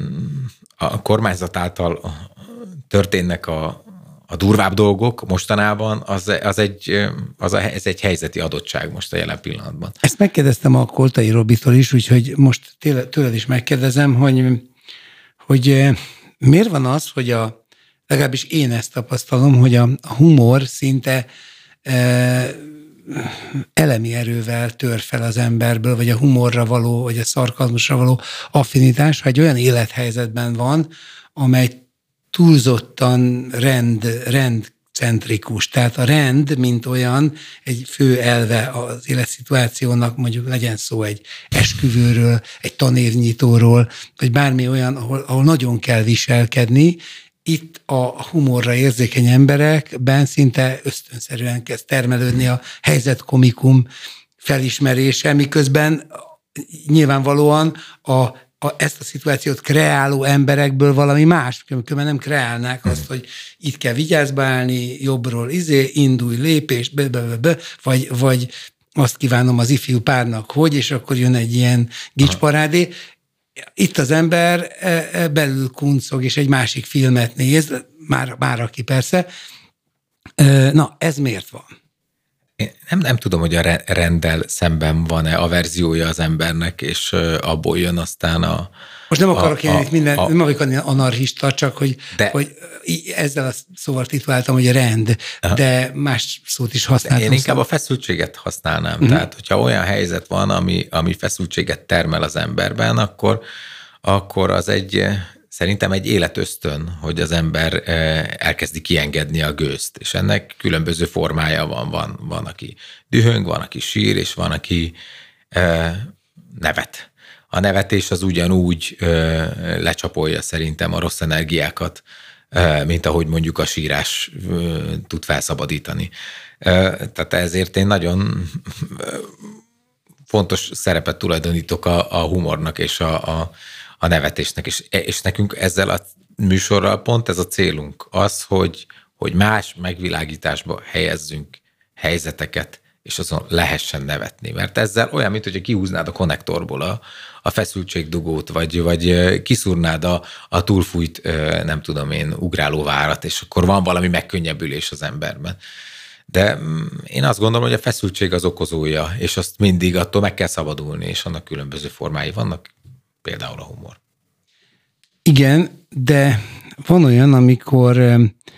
a kormányzat által történnek a A durvább dolgok mostanában, az, az egy, az a, ez egy helyzeti adottság most a jelen pillanatban. Ezt megkérdeztem a Koltai Robitól is, úgyhogy most tőled is megkérdezem, hogy, hogy miért van az, hogy a, legalábbis én ezt tapasztalom, hogy a humor szinte e, elemi erővel tör fel az emberből, vagy a humorra való, vagy a szarkazmusra való affinitás, ha egy olyan élethelyzetben van, amely túlzottan rend, rendcentrikus. Tehát a rend, mint olyan, egy fő elve az életszituációnak, mondjuk legyen szó egy esküvőről, egy tanévnyitóról, vagy bármi olyan, ahol, ahol nagyon kell viselkedni. Itt a humorra érzékeny emberekben szinte ösztönszerűen kezd termelődni a helyzetkomikum felismerése, miközben nyilvánvalóan a A, ezt a szituációt kreáló emberekből valami más, különben nem kreálnák azt, hogy itt kell vigyázba állni, jobbról izé, indulj, lépés, be, be, be, be, vagy, vagy azt kívánom az ifjú párnak, hogy, és akkor jön egy ilyen gicsparádé. Itt az ember belül kuncog, és egy másik filmet néz, már, már aki persze. Na, ez miért van? Én nem, nem tudom, hogy a renddel szemben van-e averziója az embernek, és abból jön aztán a... Most nem akarok én itt minden, a, nem akarok lenni anarchista, csak hogy, de, hogy ezzel a szóval tituláltam, hogy rend, aha. de más szót is használtam. Én inkább a feszültséget használnám. Uh-huh. Tehát, hogyha olyan helyzet van, ami, ami feszültséget termel az emberben, akkor, akkor az egy... Szerintem egy életösztön, hogy az ember elkezdi kiengedni a gőzt, és ennek különböző formája van. Van, van aki dühöng, van, aki sír, és van, aki nevet. A nevetés az ugyanúgy lecsapolja szerintem a rossz energiákat mint ahogy mondjuk a sírás tud felszabadítani. Tehát ezért én nagyon fontos szerepet tulajdonítok a, a humornak és a, a, a nevetésnek, és, és nekünk ezzel a műsorral pont ez a célunk, az, hogy, hogy más megvilágításba helyezzünk helyzeteket, és azon lehessen nevetni. Mert ezzel olyan, mint hogyha kihúznád a konnektorból a, a feszültségdugót, vagy, vagy kiszúrnád a, a túlfújt, nem tudom én, ugrálóvárat, és akkor van valami megkönnyebbülés az emberben. De én azt gondolom, hogy a feszültség az okozója, és azt mindig attól meg kell szabadulni, és annak különböző formái vannak, például a humor. Igen, de van olyan, amikor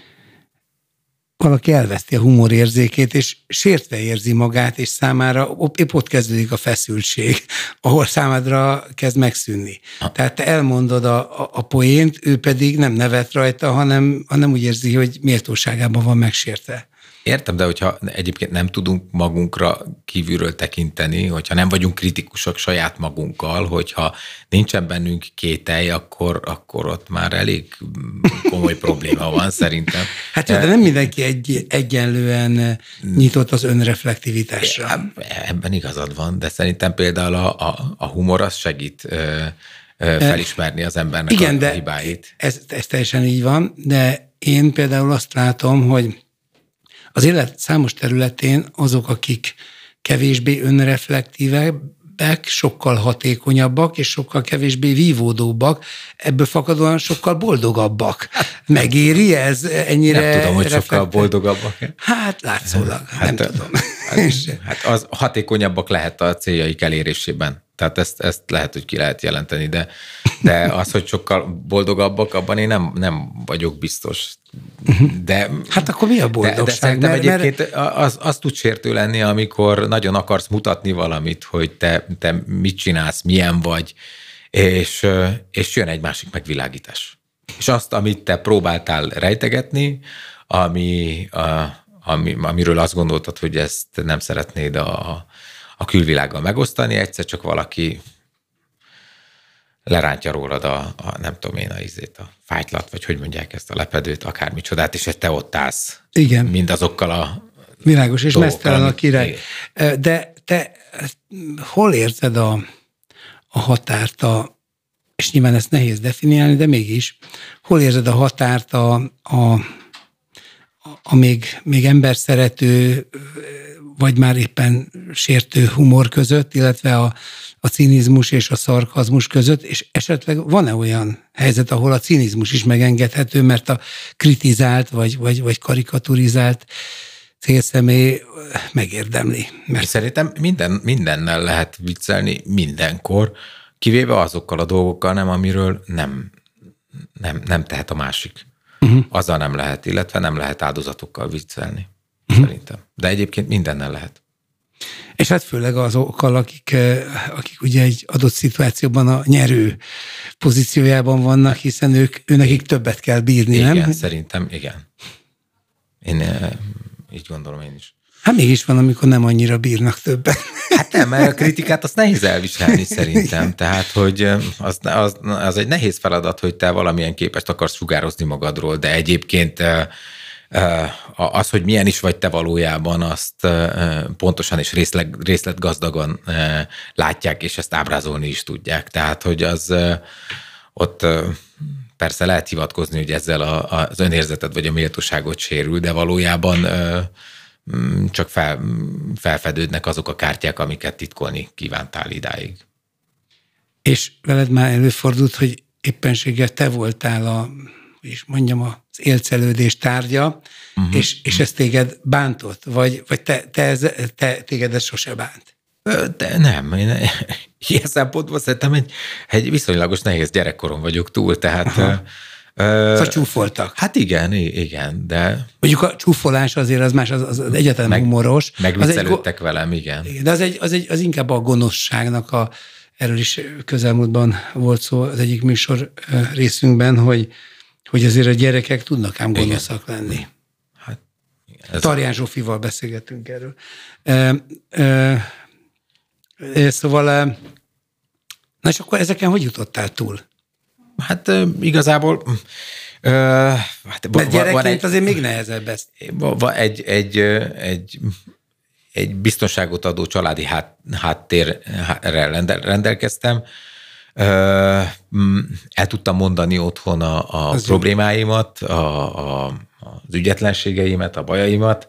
valaki elveszti a humorérzékét, és sértve érzi magát, és számára épp ott kezdődik a feszültség, ahol számádra kezd megszűnni. Ha. Tehát te elmondod a, a, a poént, ő pedig nem nevet rajta, hanem, hanem úgy érzi, hogy méltóságában van megsértve. Értem, de hogyha egyébként nem tudunk magunkra kívülről tekinteni, hogyha nem vagyunk kritikusak saját magunkkal, hogyha nincsen bennünk kételj, akkor, akkor ott már elég komoly probléma van szerintem. Hát de nem mindenki egy, egyenlően nyitott az önreflektivitásra. Ebben igazad van, de szerintem például a, a, a humor az segít felismerni az embernek igen, a, a hibáit. Ez, ez teljesen így van, de én például azt látom, hogy az élet számos területén azok, akik kevésbé önreflektívek, sokkal hatékonyabbak, és sokkal kevésbé vívódóbbak, ebből fakadóan sokkal boldogabbak. Megéri ez ennyire? Nem tudom, hogy reflektív? Sokkal boldogabbak. Hát látszólag, hát, nem tudom. Hát, hát az hatékonyabbak lehet a céljaik elérésében. Tehát ezt, ezt lehet, hogy ki lehet jelenteni, de, de az, hogy sokkal boldogabbak, abban én nem, nem vagyok biztos. De, hát akkor mi a boldogság? De, de szerintem mert, egyébként az, az tud sértő lenni, amikor nagyon akarsz mutatni valamit, hogy te, te mit csinálsz, milyen vagy, és, és jön egy másik megvilágítás. És azt, amit te próbáltál rejtegetni, ami, a, ami, amiről azt gondoltad, hogy ezt nem szeretnéd a a külvilággal megosztani, egyszer csak valaki lerántja rólad a, a nem tudom én, a izét, a fájtlat, vagy hogy mondják ezt a lepedőt, akármicsodát, és te ott állsz. Igen. Mindazokkal a világos, és meztelen a király. Igen. De te hol érzed a, a határt, a, és nyilván ezt nehéz definiálni, de mégis, hol érzed a határt a, a, a, a még, még emberszerető, vagy már éppen sértő humor között, illetve a, a cinizmus és a szarkazmus között, és esetleg van-e olyan helyzet, ahol a cinizmus is megengedhető, mert a kritizált vagy, vagy, vagy karikaturizált célszemély megérdemli. Mert... Szerintem minden, mindennel lehet viccelni mindenkor, kivéve azokkal a dolgokkal nem, amiről nem, nem, nem tehet a másik. Uh-huh. Azzal nem lehet, illetve nem lehet áldozatokkal viccelni. Uh-huh. Szerintem. De egyébként mindennel lehet. És hát főleg azokkal, akik, akik ugye egy adott szituációban a nyerő pozíciójában vannak, hiszen ők, őnekik többet kell bírni, igen, nem? Igen, szerintem igen. Én így gondolom én is. Hát mégis van, amikor nem annyira bírnak többet. Hát nem, mert a kritikát azt nehéz elviselni szerintem. Tehát, hogy az, az, az egy nehéz feladat, hogy te valamilyen képest akarsz sugározni magadról, de egyébként az, hogy milyen is vagy te valójában, azt pontosan és részlet, részletgazdagon látják, és ezt ábrázolni is tudják. Tehát, hogy az ott persze lehet hivatkozni, hogy ezzel az önérzeted vagy a méltóságot sérül, de valójában csak fel, felfedődnek azok a kártyák, amiket titkolni kívántál idáig. És veled már előfordult, hogy éppenséggel te voltál a, és mondjam, az élcelődés tárgya, uh-huh. és, és ez téged bántott? Vagy, vagy te, te, ez, te, téged ez sose bánt? De nem. Én, ilyen szempontból szerintem egy, egy viszonylagos nehéz gyerekkorom vagyok túl, tehát... Uh-huh. Szóval csúfoltak. Hát igen, igen, de... Mondjuk a csúfolás azért az más, az, az egyáltalán meg, humoros. Megviccelődtek velem, igen. De az, egy, az, egy, az inkább a gonoszságnak, a, erről is közelmúltban volt szó az egyik műsor részünkben, hogy, hogy azért a gyerekek tudnak ám gonoszak igen. lenni. Hát, Tarján Zsófival beszélgettünk erről. E, e, e, szóval, na és akkor ezeken hogy jutottál túl? Hát igazából Ö, hát, Mert gyerekként van egy, azért még nehezebb ezt. Van egy, egy, egy, egy biztonságot adó családi hát, háttérrel rendelkeztem. El tudtam mondani otthon a, a problémáimat, a, a, az ügyetlenségeimet, a bajaimat.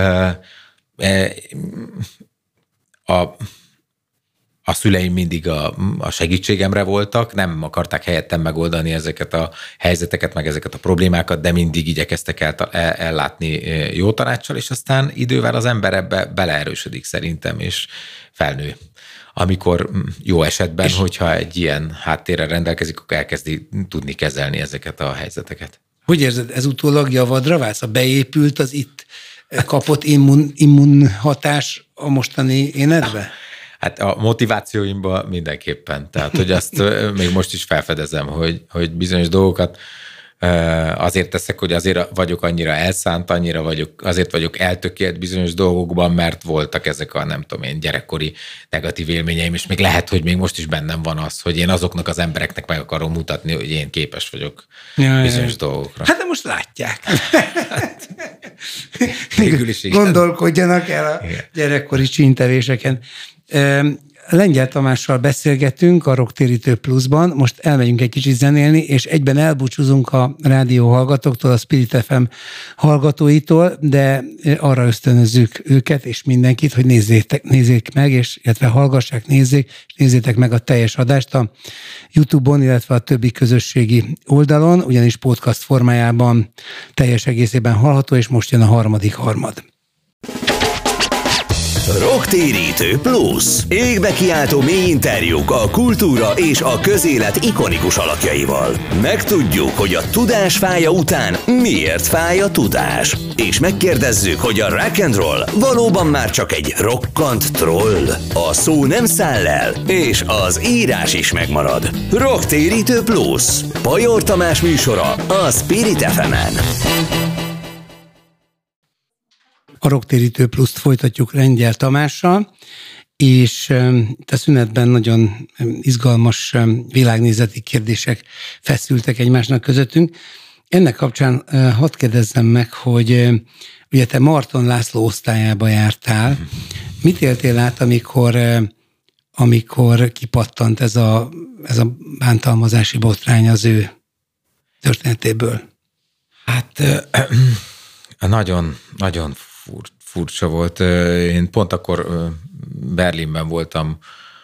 A, a szüleim mindig a, a segítségemre voltak, nem akarták helyettem megoldani ezeket a helyzeteket, meg ezeket a problémákat, de mindig igyekeztek el, el, ellátni jó tanácssal, és aztán idővel az ember ebbe beleerősödik szerintem, és felnő. Amikor jó esetben, és hogyha egy ilyen háttérrel rendelkezik, akkor elkezdi tudni kezelni ezeket a helyzeteket. Hogy érzed, ez utólag javadra válsz? A beépült az itt kapott immun, immunhatás a mostani énedbe? Hát a motivációimban mindenképpen. Tehát, hogy azt még most is felfedezem, hogy, hogy bizonyos dolgokat azért teszek, hogy azért vagyok annyira elszánt, annyira vagyok, azért vagyok eltökélt bizonyos dolgokban, mert voltak ezek a nem tudom én gyerekkori negatív élményeim, és még lehet, hogy még most is bennem van az, hogy én azoknak az embereknek meg akarom mutatni, hogy én képes vagyok ja, bizonyos ja. dolgokra. Hát de most látják. Hát, végül is igen. Gondolkodjanak el a igen. gyerekkori csíntevéseken. Lengyel Tamással beszélgetünk a Rocktérítő Pluszban, most elmegyünk egy kicsit zenélni, és egyben elbúcsúzunk a rádió hallgatóktól, a Spirit ef em hallgatóitól, de arra ösztönözzük őket és mindenkit, hogy nézzétek, nézzék meg, és illetve hallgassák, nézzék, és nézzétek meg a teljes adást a YouTube-on, illetve a többi közösségi oldalon, ugyanis podcast formájában teljes egészében hallható, és most jön a harmadik harmad. Rocktérítő Plusz. Égbe kiáltó mély interjúk a kultúra és a közélet ikonikus alakjaival. Megtudjuk, hogy a tudás fája után miért fáj a tudás. És megkérdezzük, hogy a rock and roll valóban már csak egy rokkant troll. A szó nem száll el, és az írás is megmarad. Rocktérítő Plusz. Pajor Tamás műsora a Spirit ef emen. A Rocktérítő Pluszt folytatjuk Lengyel Tamással, és a szünetben nagyon izgalmas világnézeti kérdések feszültek egymásnak közöttünk. Ennek kapcsán hadd kérdezzem meg, hogy ugye te Marton László osztályába jártál. Mit éltél át, amikor, amikor kipattant ez a, ez a bántalmazási botrány az ő történetéből? Hát nagyon, nagyon Fur, furcsa volt. Én pont akkor Berlinben voltam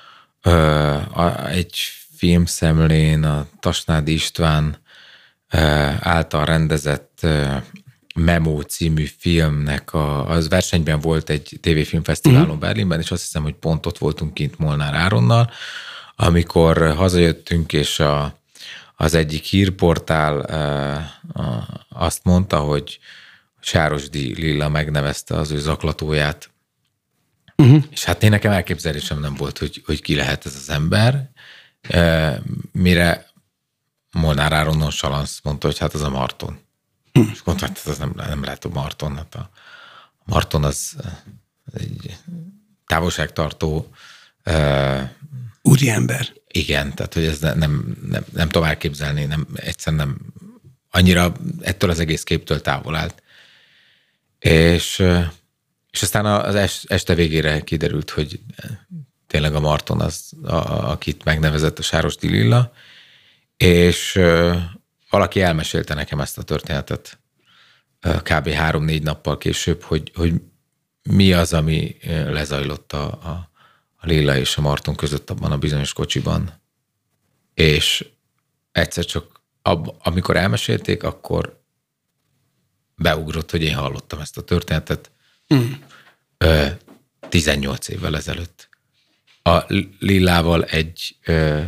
egy filmszemlén, a Tasnádi István által rendezett Memo című filmnek, a, az versenyben volt egy tévéfilmfesztiválon mm. Berlinben, és azt hiszem, hogy pont ott voltunk kint Molnár Áronnal, amikor hazajöttünk, és a, az egyik hírportál azt mondta, hogy Sárosdi Lilla megnevezte az ő zaklatóját. Uh-huh. És hát én nekem elképzelésem nem volt, hogy, hogy ki lehet ez az ember. E, mire Molnár Áron nonchalansz mondta, hogy hát az a Marton. Uh-huh. És mondta, hát ez nem, nem lehet a Marton. Hát a Marton az egy távolságtartó e, úriember. Igen, tehát hogy ez nem, nem, nem, nem tudom elképzelni, nem, egyszerűen nem annyira ettől az egész képtől távol állt. És, és aztán az este végére kiderült, hogy tényleg a Marton az, a, akit megnevezett a Sárosdi Lilla, és valaki elmesélte nekem ezt a történetet kb. három-négy nappal később, hogy, hogy mi az, ami lezajlott a, a, a Lilla és a Marton között abban a bizonyos kocsiban. És egyszer csak ab, amikor elmesélték, akkor beugrott, hogy én hallottam ezt a történetet mm. ö, tizennyolc évvel ezelőtt. A Lillával egy ö,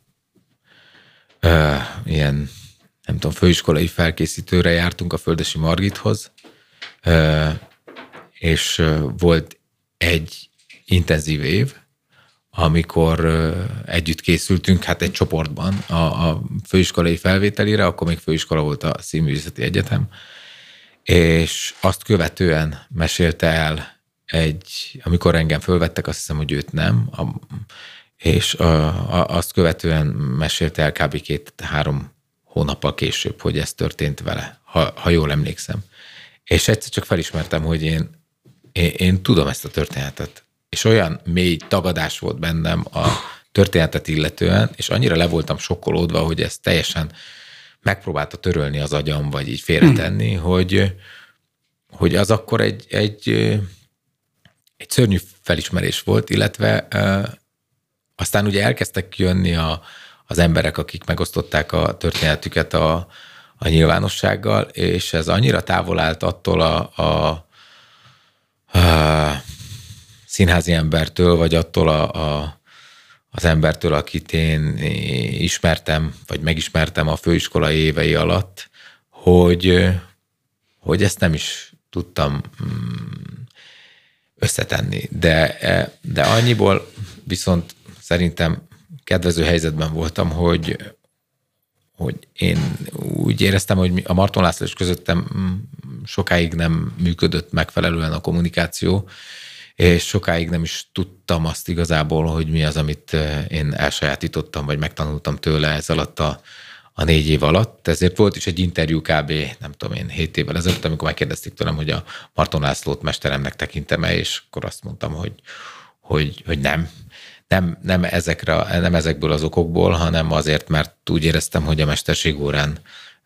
ö, ilyen, nem tudom, főiskolai felkészítőre jártunk a Földesi Margithoz, ö, és ö, volt egy intenzív év, amikor ö, együtt készültünk, hát egy csoportban a, a főiskolai felvételire, akkor még főiskola volt a Színművészeti Egyetem, és azt követően mesélte el egy, amikor engem fölvettek, azt hiszem, hogy őt nem, és a, a, azt követően mesélte el kb. két-három hónappal később, hogy ez történt vele, ha, ha jól emlékszem. És egyszer csak felismertem, hogy én, én, én tudom ezt a történetet. És olyan mély tagadás volt bennem a történetet illetően, és annyira le voltam sokkolódva, hogy ezt teljesen megpróbálta törölni az agyam, vagy így félretenni, hmm. hogy, hogy az akkor egy, egy, egy szörnyű felismerés volt, illetve aztán ugye elkezdtek jönni a, az emberek, akik megosztották a történetüket a, a nyilvánossággal, és ez annyira távol állt attól a, a, a színházi embertől, vagy attól a, a, az embertől, akit én ismertem, vagy megismertem a főiskolai évei alatt, hogy, hogy ezt nem is tudtam összetenni. De, de annyiból viszont szerintem kedvező helyzetben voltam, hogy, hogy én úgy éreztem, hogy a Marton László és közöttem sokáig nem működött megfelelően a kommunikáció, és sokáig nem is tudtam azt igazából, hogy mi az, amit én elsajátítottam, vagy megtanultam tőle ez alatt a, a négy év alatt. Ezért volt is egy interjú kb. Nem tudom én, hét évvel ezelőtt, amikor megkérdezték tőlem, hogy a Marton Lászlót mesteremnek tekintem-e, és akkor azt mondtam, hogy, hogy, hogy nem. Nem, nem, ezekre, nem ezekből az okokból, hanem azért, mert úgy éreztem, hogy a mesterségórán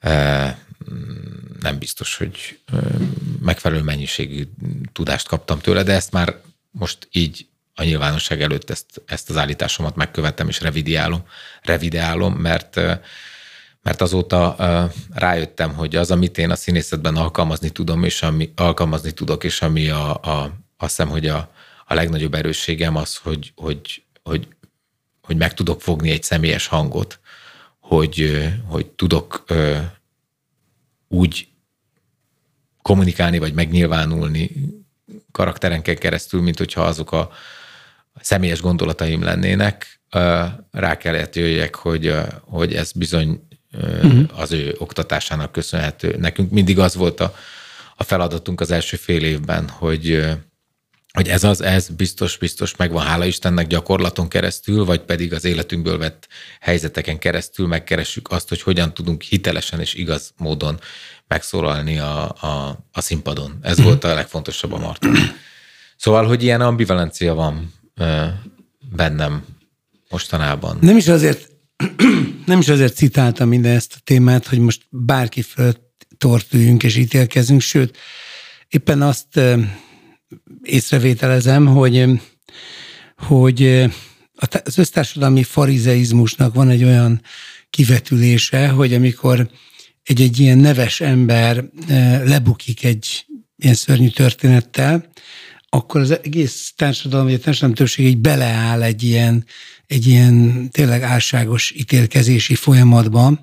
nem biztos, hogy megfelelő mennyiségű tudást kaptam tőle, de ezt már most így a nyilvánosság előtt ezt, ezt az állításomat megkövettem és revideálom, revideálom mert, mert azóta rájöttem, hogy az, amit én a színészetben alkalmazni tudom, és ami alkalmazni tudok, és ami a, a, azt hiszem, hogy a, a legnagyobb erősségem az, hogy, hogy, hogy, hogy meg tudok fogni egy személyes hangot, hogy, hogy tudok úgy kommunikálni, vagy megnyilvánulni karakterenken keresztül, mint hogyha azok a személyes gondolataim lennének. Rá kellett jöjjek, hogy, hogy ez bizony az ő oktatásának köszönhető. Nekünk mindig az volt a, a feladatunk az első fél évben, hogy, hogy ez az, ez biztos, biztos megvan, hála Istennek, gyakorlaton keresztül, vagy pedig az életünkből vett helyzeteken keresztül megkeressük azt, hogy hogyan tudunk hitelesen és igaz módon megszólalni a, a, a színpadon. Ez volt a legfontosabb a Marton. Szóval, hogy ilyen ambivalencia van bennem mostanában. Nem is azért, nem is azért citáltam minden ezt a témát, hogy most bárki fölött tortüljünk és ítélkezünk, sőt, éppen azt észrevételezem, hogy, hogy az össztársadalmi farizeizmusnak van egy olyan kivetülése, hogy amikor egy-egy ilyen neves ember lebukik egy ilyen szörnyű történettel, akkor az egész társadalom, vagy a társadalom többség így beleáll egy ilyen, egy ilyen tényleg álságos ítélkezési folyamatban.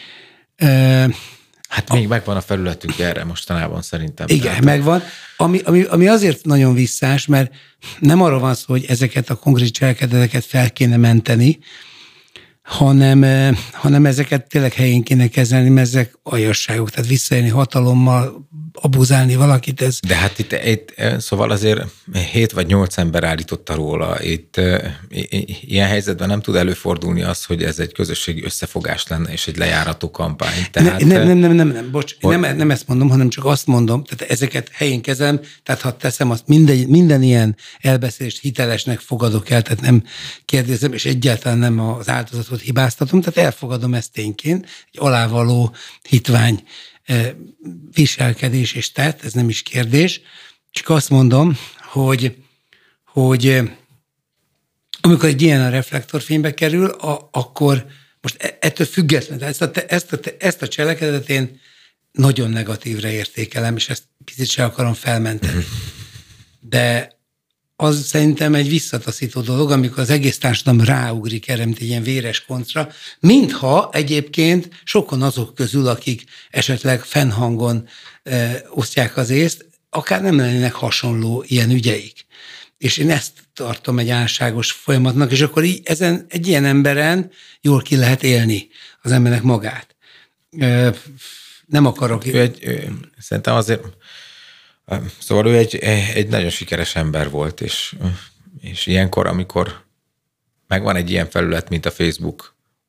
Hát még a, megvan a felületünk erre mostanában szerintem. Igen, tehát megvan. Ami, ami, ami azért nagyon visszás, mert nem arról van szó, hogy ezeket a konkrét cselekedeteket fel kéne menteni, hanem, hanem ezeket tényleg helyén kéne kezelni, mert ezek aljasságok, tehát visszaélni hatalommal, abuzálni valakit, ez... De hát itt, itt szóval azért hét vagy nyolc ember állította róla. Itt ilyen helyzetben nem tud előfordulni az, hogy ez egy közösségi összefogás lenne, és egy lejárató kampány. Tehát, nem, nem, nem, nem, nem, bocs, hogy... nem, nem ezt mondom, hanem csak azt mondom, tehát ezeket helyén kezelem, tehát ha teszem azt, minden, minden ilyen elbeszélést hitelesnek fogadok el, tehát nem kérdezem, és egyáltalán nem az áldozatot hibáztatom, tehát elfogadom ezt tényként, egy alávaló hitvány viselkedés és tett, ez nem is kérdés, csak azt mondom, hogy, hogy amikor egy ilyen a reflektorfénybe kerül, a, akkor most ettől függetlenül, ezt a, ezt, a, ezt a cselekedetet én nagyon negatívre értékelem, és ezt picit se akarom felmenteni. De az szerintem egy visszataszító dolog, amikor az egész társadalom ráugrik erre, mint egy ilyen véres koncra, mintha egyébként sokan azok közül, akik esetleg fennhangon e, osztják az észt, akár nem lennének hasonló ilyen ügyeik. És én ezt tartom egy álságos folyamatnak, és akkor így ezen egy ilyen emberen jól ki lehet élni az embernek magát. E, nem akarok... Ő egy, ő, szerintem azért... Szóval ő egy, egy nagyon sikeres ember volt, és, és ilyenkor, amikor megvan egy ilyen felület, mint a Facebook,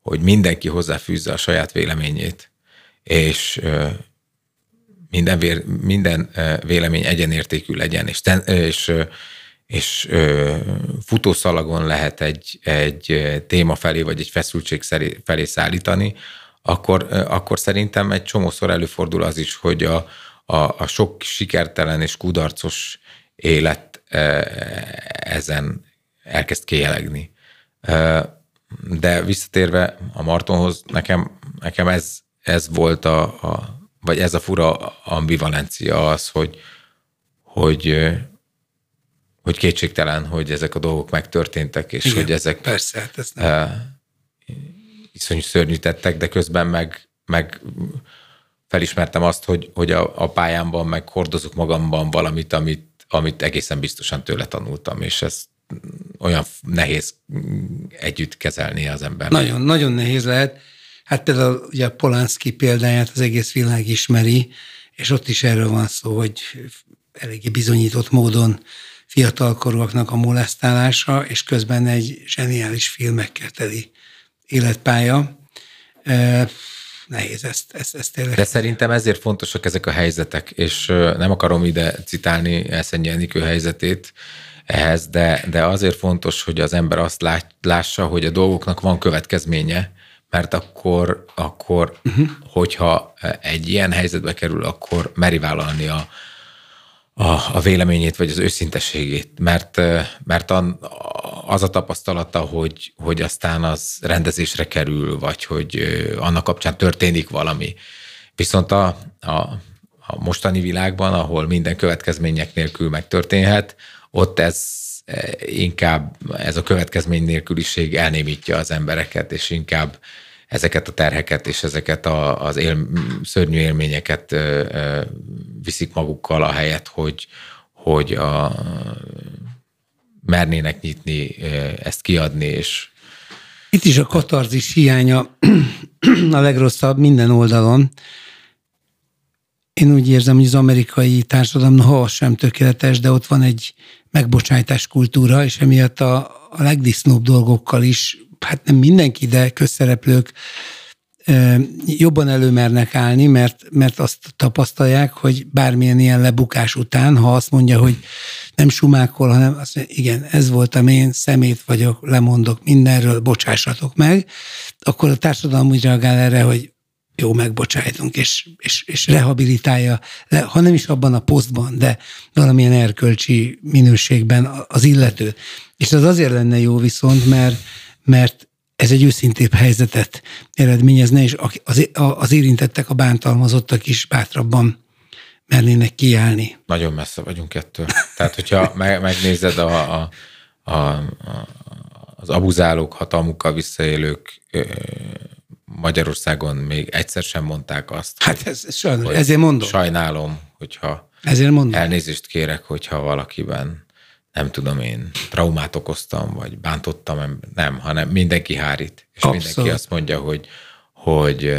hogy mindenki hozzáfűzze a saját véleményét, és minden, vér, minden vélemény egyenértékű legyen, és, ten, és, és futószalagon lehet egy, egy téma felé, vagy egy feszültség felé szállítani, akkor, akkor szerintem egy csomószor előfordul az is, hogy a, a, a sok sikertelen és kudarcos élet ezen elkezd kijelegni. De visszatérve a Martonhoz, nekem, nekem ez, ez volt a, a, vagy ez a fura ambivalencia az, hogy, hogy, hogy kétségtelen, hogy ezek a dolgok megtörténtek, és igen, hogy ezek persze, hát ez nem. iszonyú szörnyű tettek, de közben meg, meg felismertem azt, hogy, hogy a, a pályámban meg hordozok magamban valamit, amit, amit egészen biztosan tőle tanultam, és ez olyan nehéz együtt kezelni az ember. Nagyon, nagyon nehéz lehet. Hát például ugye a Polanski példáját az egész világ ismeri, és ott is erről van szó, hogy eléggé bizonyított módon fiatalkorúaknak a molesztálása, és közben egy zseniális filmekkel teli életpálya. Nehéz ezt, ezt, ezt tényleg. De szerintem ezért fontosak ezek a helyzetek, és nem akarom ide citálni Eszenyi Enikő helyzetét ehhez, de, de azért fontos, hogy az ember azt lássa, hogy a dolgoknak van következménye, mert akkor, akkor uh-huh. hogyha egy ilyen helyzetbe kerül, akkor meri vállalni a, a, a véleményét, vagy az őszintességét, mert, mert az a tapasztalata, hogy, hogy aztán az rendezésre kerül, vagy hogy annak kapcsán történik valami. Viszont a, a, a mostani világban, ahol minden következmények nélkül megtörténhet, ott ez inkább, ez a következmény nélküliség elnémítja az embereket, és inkább ezeket a terheket és ezeket a, az él, szörnyű élményeket ö, ö, viszik magukkal, ahelyett, hogy, hogy a, mernének nyitni, ö, ezt kiadni. És itt is a katarzis hiánya a legrosszabb minden oldalon. Én úgy érzem, hogy az amerikai társadalom, ha sem tökéletes, de ott van egy megbocsájtás kultúra, és emiatt a, a legdisznóbb dolgokkal is, hát nem mindenki, de közszereplők e, jobban előmernek állni, mert, mert azt tapasztalják, hogy bármilyen ilyen lebukás után, ha azt mondja, hogy nem sumákol, hanem azt mondja, igen, ez voltam én, szemét vagyok, lemondok mindenről, bocsássatok meg, akkor a társadalom úgy reagál erre, hogy jó, megbocsájtunk, és, és, és rehabilitálja, ha nem is abban a posztban, de valamilyen erkölcsi minőségben az illető. És az azért lenne jó viszont, mert, mert ez egy őszintébb helyzetet eredményezne, és az, az érintettek, a bántalmazottak is bátrabban mernének kiállni. Nagyon messze vagyunk ettől. Tehát, hogyha megnézed a, a, a, a, az abuzálók, hatalmukkal visszaélők Magyarországon még egyszer sem mondták azt. Hát ez, ez sajnos, ezért mondom. Sajnálom, hogyha ezért mondom. Elnézést kérek, hogyha valakiben, nem tudom én, traumát okoztam, vagy bántottam, nem, hanem mindenki hárít. És abszolút. Mindenki azt mondja, hogy, hogy,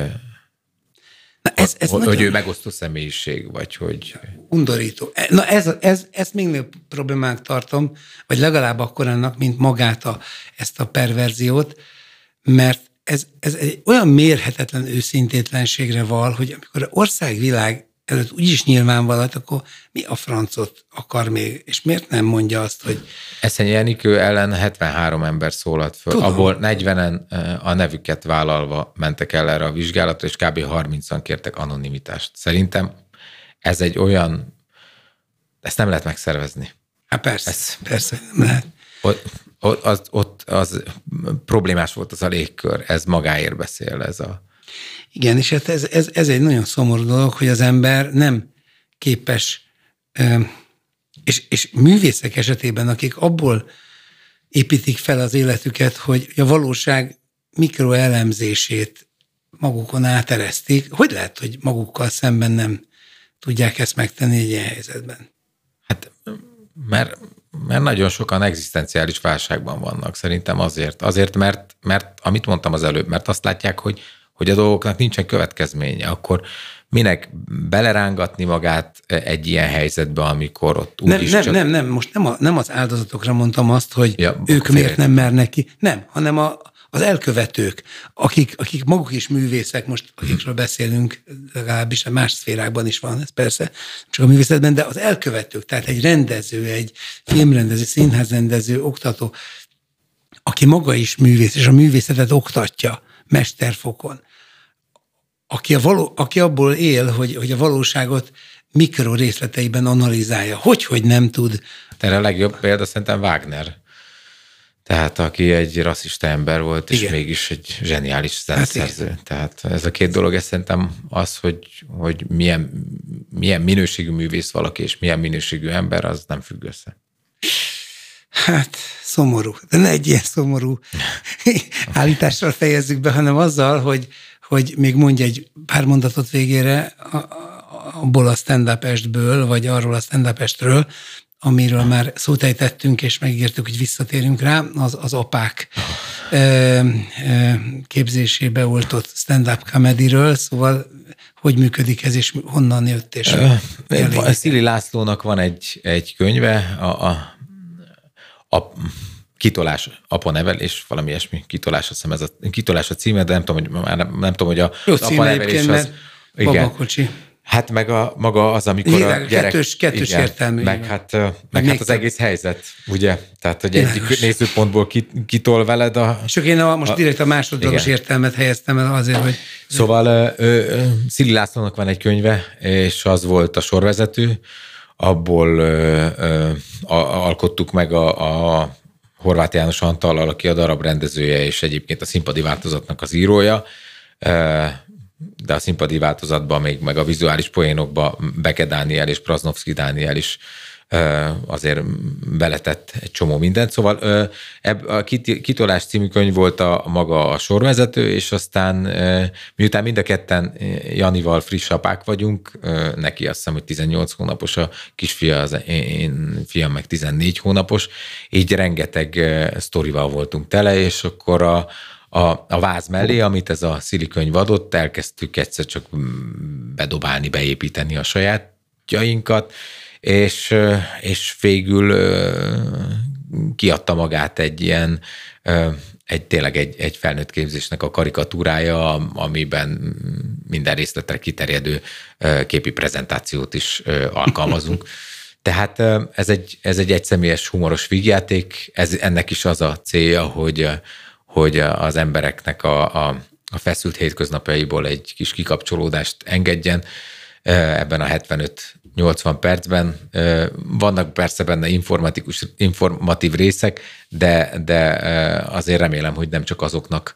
Na ez, ez hogy, nagyon... hogy ő megosztó személyiség, vagy hogy... Undorító. Na ez, ez, ezt még nőbb problémák tartom, vagy legalább akkor ennek, mint magát a, ezt a perverziót, mert Ez, ez egy olyan mérhetetlen őszintétlenségre val, hogy amikor országvilág előtt úgyis nyilvánvaló, akkor mi a francot akar még, és miért nem mondja azt, hogy... Eszenyi Enikő ellen hetvenhárom ember szólalt föl, tudom. Abból negyvenen a nevüket vállalva mentek el erre a vizsgálatra, és kb. harmincan kértek anonimitást. Szerintem ez egy olyan... Ezt nem lehet megszervezni. Hát persze, ez, persze nem lehet. Ott, ott, az, ott az problémás volt az a légkör, ez magáért beszél, ez a... Igen, és hát ez, ez, ez egy nagyon szomorú dolog, hogy az ember nem képes, és, és művészek esetében, akik abból építik fel az életüket, hogy a valóság mikroelemzését magukon áteresztik, hogy lehet, hogy magukkal szemben nem tudják ezt megtenni egy ilyen helyzetben? Hát, mert... Mert nagyon sokan egzisztenciális válságban vannak, szerintem azért. Azért, mert, mert amit mondtam az előbb, mert azt látják, hogy, hogy a dolgoknak nincsen következménye, akkor minek belerángatni magát egy ilyen helyzetbe, amikor ott nem, úgyis nem, csak... Nem, nem, most nem, a, nem az áldozatokra mondtam azt, hogy ja, ők miért nem mernek ki. Nem, hanem a, az elkövetők, akik, akik maguk is művészek, most akikről beszélünk, legalábbis a más szférákban is van ez persze, csak a művészetben, de az elkövetők, tehát egy rendező, egy filmrendező, színházrendező, oktató, aki maga is művész, és a művészetet oktatja mesterfokon, aki, a való, aki abból él, hogy, hogy a valóságot mikro részleteiben analizálja. Hogy, hogy nem tud. Erre a legjobb példa szerintem Wagner. Tehát aki egy rasszista ember volt, és igen, mégis egy zseniális zeneszerző. Hát Tehát ez a két dolog, ez szerintem az, hogy, hogy milyen, milyen minőségű művész valaki, és milyen minőségű ember, az nem függ össze. Hát szomorú. De ne egy ilyen szomorú állítással fejezzük be, hanem azzal, hogy, hogy még mondj egy pár mondatot végére abból a stand-up estből, vagy arról a stand-up estről, amiről már szót ejtettünk, és megígértük, hogy visszatérünk rá, az, az apák ö, ö, képzésébe oltott stand-up comedyről, szóval hogy működik ez, és honnan jött, és uh, Szili Lászlónak van egy, egy könyve, a, a, a kitolás, apa nevelés, valami ilyesmi, kitolás, azt hiszem ez a, kitolás a címe, de nem tudom, hogy, már nem, nem tudom, hogy a, jó az apa nevelés az... Babakocsi. Hát meg a, maga az, amikor Világ, a gyerek... Kettős, kettős igen, értelmű. Meg hát, meg hát az egész helyzet, ugye? Tehát, hogy egyik nézőpontból kitol veled a... Csak én a, most a, direkt a másodlagos értelmet helyeztem el azért, hogy... Szóval Szili Lászlónak van egy könyve, és az volt a sorvezető, abból ö, ö, a, alkottuk meg a, a Horváth János Antallal, aki a darab rendezője, és egyébként a színpadi változatnak az írója, de a színpadi változatban még meg a vizuális poénokban Beke Dániel és Praznovszky Dániel is azért beletett egy csomó mindent. Szóval a Kitolás című könyv volt a maga a sorvezető, és aztán miután mind a ketten Janival friss apák vagyunk, neki azt hiszem, hogy tizennyolc hónapos a kisfia, az én fiam meg tizennégy hónapos, így rengeteg sztorival voltunk tele, és akkor a A, a váz mellé, amit ez a Szili könyv adott, elkezdtük egyszer csak bedobálni, beépíteni a sajátjainkat, és, és végül kiadta magát egy ilyen, egy, tényleg egy, egy felnőtt képzésnek a karikatúrája, amiben minden részletre kiterjedő képi prezentációt is alkalmazunk. Tehát ez egy, ez egy egyszemélyes humoros vígjáték, ez, ennek is az a célja, hogy hogy az embereknek a, a, a feszült hétköznapjaiból egy kis kikapcsolódást engedjen ebben a hetvenöt-nyolcvan percben. Vannak persze benne informatikus, informatív részek, de, de azért remélem, hogy nem csak azoknak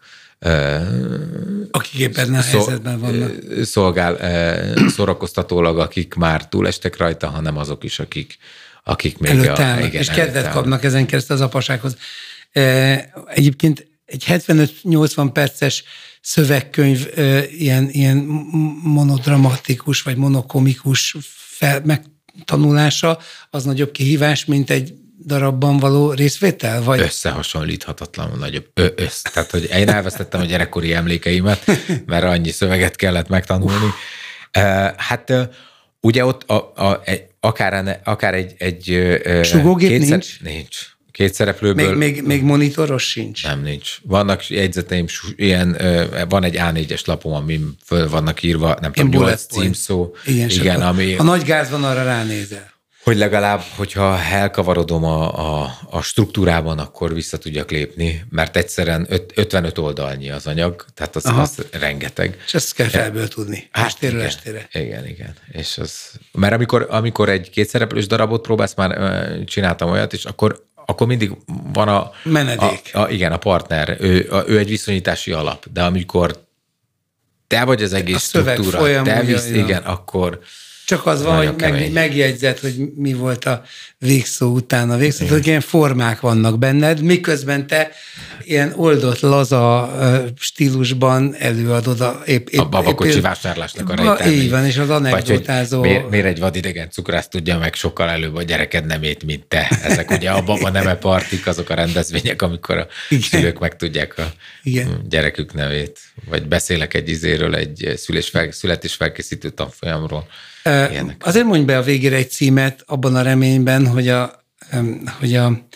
akik éppen a helyzetben vannak. Szolgál szórakoztatólag, akik már túlestek rajta, hanem azok is, akik, akik még... Előtt állnak, igen, és kedvet kapnak ezen keresztül az apasághoz. Egyébként egy hetvenöt-nyolcvan perces szövegkönyv ilyen, ilyen monodramatikus vagy monokomikus fel, megtanulása, az nagyobb kihívás, mint egy darabban való részvétel? Vagy? Összehasonlíthatatlanul nagyobb. Ö, össz. Tehát, hogy én elvesztettem a gyerekkori emlékeimet, mert annyi szöveget kellett megtanulni. Hát ugye ott a, a, akár, akár egy... egy Sugógép kétszer, nincs? Nincs. Két szereplőből... Még, még, még monitoros sincs? Nem, nincs. Vannak jegyzeteim, ilyen, van egy á négyes lapom, amin föl vannak írva, nem tudom, nyolc címszó. Igen, igen, ami... A nagy gáz van, arra ránézel. Hogy legalább, hogyha elkavarodom a, a, a struktúrában, akkor vissza tudjak lépni, mert egyszerűen ötvenöt oldalnyi az anyag, tehát az, az rengeteg. És ezt kell felből tudni, hát estéről igen, estére. Igen, igen. És az, mert amikor, amikor egy kétszereplős darabot próbálsz, már csináltam olyat, és akkor akkor mindig van a... Menedék. A, a, igen, a partner. Ő, a, ő egy viszonyítási alap, de amikor te vagy az egész struktúra, te visz, igen, akkor... Csak az van, hogy meg, megjegyzed, hogy mi volt a végszó után a végszó, hogy ilyen formák vannak benned, miközben te ilyen oldott, laza stílusban előadod a... Épp, épp, a babakocsi épp, vásárlásnak a rejtelmény. Így van, és az anekdotázó... Miért, miért egy vadidegen cukrász tudja meg sokkal előbb a gyereked nemét, mint te? Ezek ugye a baba neme partik, azok a rendezvények, amikor a igen. szülők megtudják a igen. gyerekük nevét. Vagy beszélek egy izéről, egy szülés, születésfelkészítő tanfolyamról. Ilyenek. Azért mondj be a végére egy címet abban a reményben, hogy a, hogy a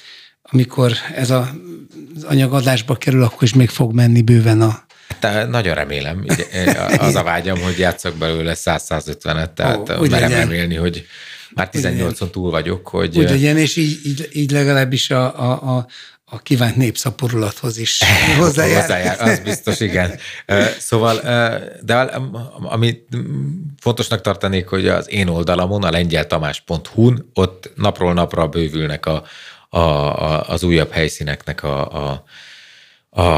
amikor ez a, az anyag adásba kerül, akkor is még fog menni bőven a... Te, nagyon remélem. Az a vágyam, hogy játszak belőle száz-százötvenet, tehát Ó, merem remélni, hogy már tizennyolcon túl vagyok, hogy... Úgy legyen, és így, így, így legalábbis a, a, a, a kívánt népszaporulathoz is hozzájár. hozzájár. Az biztos, igen. Szóval, de amit fontosnak tartanék, hogy az én oldalamon, a lengyeltamás pont hu-n, ott napról napra bővülnek a, a, a, az újabb helyszíneknek a, a, a,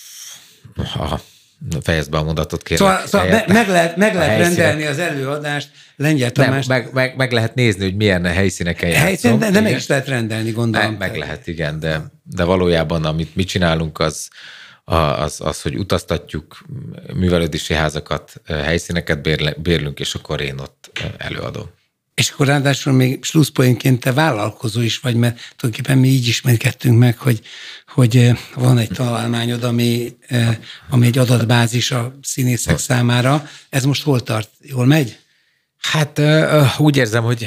a fejezd be a mondatot, kérlek. Szóval, szóval me, meg lehet, meg lehet rendelni az előadást, Lengyel Tamás. Meg, meg, meg lehet nézni, hogy milyen helyszíneken játszom. Helyszín, de, de meg is lehet rendelni, gondolom. Meg, meg lehet, igen, de, de valójában amit mi csinálunk, az, az, az, hogy utaztatjuk művelődési házakat, helyszíneket bérlünk, és akkor én ott előadom. És akkor ráadásul még slusszpoénként te vállalkozó is vagy, mert tulajdonképpen mi így ismerkedtünk meg, hogy, hogy van egy találmányod, ami, ami egy adatbázis a színészek számára. Ez most hol tart? Jól megy? Hát úgy érzem, hogy,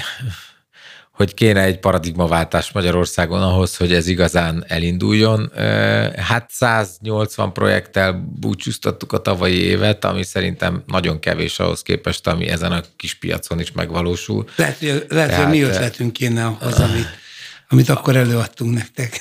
hogy kéne egy paradigmaváltás Magyarországon ahhoz, hogy ez igazán elinduljon. Hát száznyolcvan projekttel búcsúztattuk a tavalyi évet, ami szerintem nagyon kevés ahhoz képest, ami ezen a kis piacon is megvalósul. Lehet, hogy, lehet, Tehát, hogy mi ötletünk kéne ahhoz, amit, amit akkor előadtunk nektek.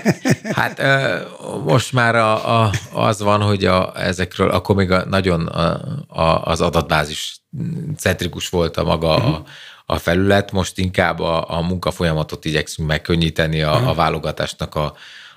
Hát most már a, a, az van, hogy a, ezekről, akkor még a, nagyon a, a, az adatbázis centrikus volt a maga uh-huh. a, a felület, most inkább a, a munkafolyamatot igyekszünk megkönnyíteni, a, uh-huh. a válogatásnak a,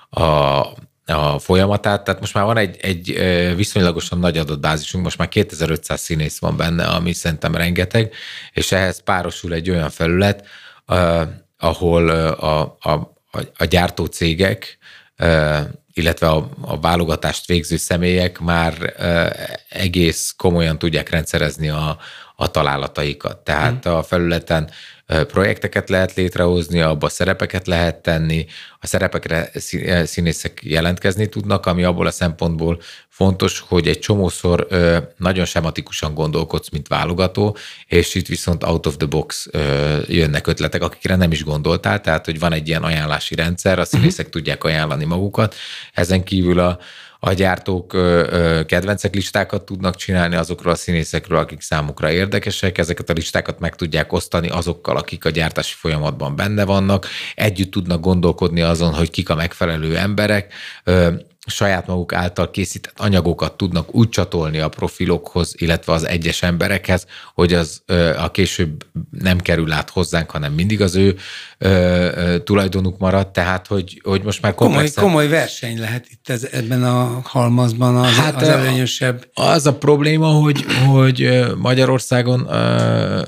a, a folyamatát. Tehát most már van egy, egy viszonylagosan nagy adatbázisunk, most már kétezer-ötszáz színész van benne, ami szerintem rengeteg, és ehhez párosul egy olyan felület, uh, ahol a, a, a, a gyártócégek, uh, illetve a, a válogatást végző személyek már uh, egész komolyan tudják rendszerezni a, a találataikat. Tehát a felületen uh, projekteket lehet létrehozni, abba szerepeket lehet tenni, a szerepekre színészek jelentkezni tudnak, ami abból a szempontból fontos, hogy egy csomószor uh, nagyon sematikusan gondolkodsz, mint válogató, és itt viszont out of the box uh, jönnek ötletek, akikre nem is gondoltál, tehát hogy van egy ilyen ajánlási rendszer, a színészek uh-huh. tudják ajánlani magukat, ezen kívül a, a gyártók ö, ö, kedvencek listákat tudnak csinálni azokról a színészekről, akik számukra érdekesek, ezeket a listákat meg tudják osztani azokkal, akik a gyártási folyamatban benne vannak, együtt tudnak gondolkodni azon, hogy kik a megfelelő emberek, ö, saját maguk által készített anyagokat tudnak úgy csatolni a profilokhoz, illetve az egyes emberekhez, hogy az ö, a később nem kerül át hozzánk, hanem mindig az ő ö, ö, tulajdonuk marad, tehát hogy, hogy most már komplexen... Komoly, komoly verseny lehet itt ez, ebben a halmazban az, hát az előnyösebb. Az a probléma, hogy, hogy Magyarországon ö,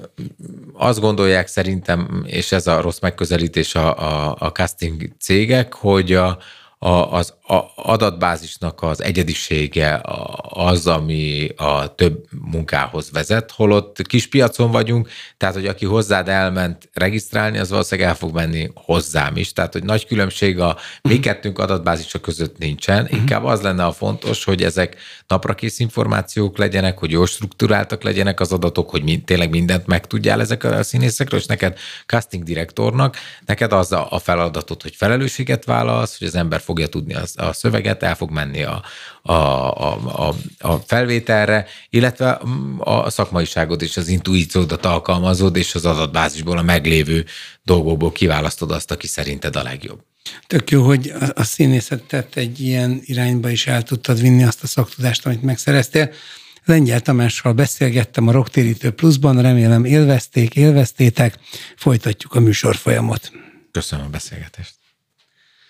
azt gondolják szerintem, és ez a rossz megközelítés a, a, a casting cégek, hogy a A, az a adatbázisnak az egyedisége az, ami a több munkához vezet, holott kis piacon vagyunk, tehát, hogy aki hozzád elment regisztrálni, az valószínűleg el fog menni hozzám is. Tehát, hogy nagy különbség a mi kettőnk adatbázisa között nincsen. Inkább az lenne a fontos, hogy ezek naprakész információk legyenek, hogy jól strukturáltak legyenek az adatok, hogy mind, tényleg mindent megtudjál ezek a színészekről, és neked casting direktornak, neked az a feladatot, hogy felelősséget vállalsz, hogy az ember fogja tudni a, a szöveget, el fog menni a, a, a, a felvételre, illetve a szakmaiságod és az intuíciódat alkalmazod, és az adatbázisból a meglévő dolgokból kiválasztod azt, aki szerinted a legjobb. Tök jó, hogy a színészetet egy ilyen irányba is el tudtad vinni azt a szaktudást, amit megszereztél. Lengyel Tamással beszélgettem a Rocktérítő Pluszban, remélem élvezték, élveztétek, folytatjuk a műsorfolyamot. Köszönöm a beszélgetést.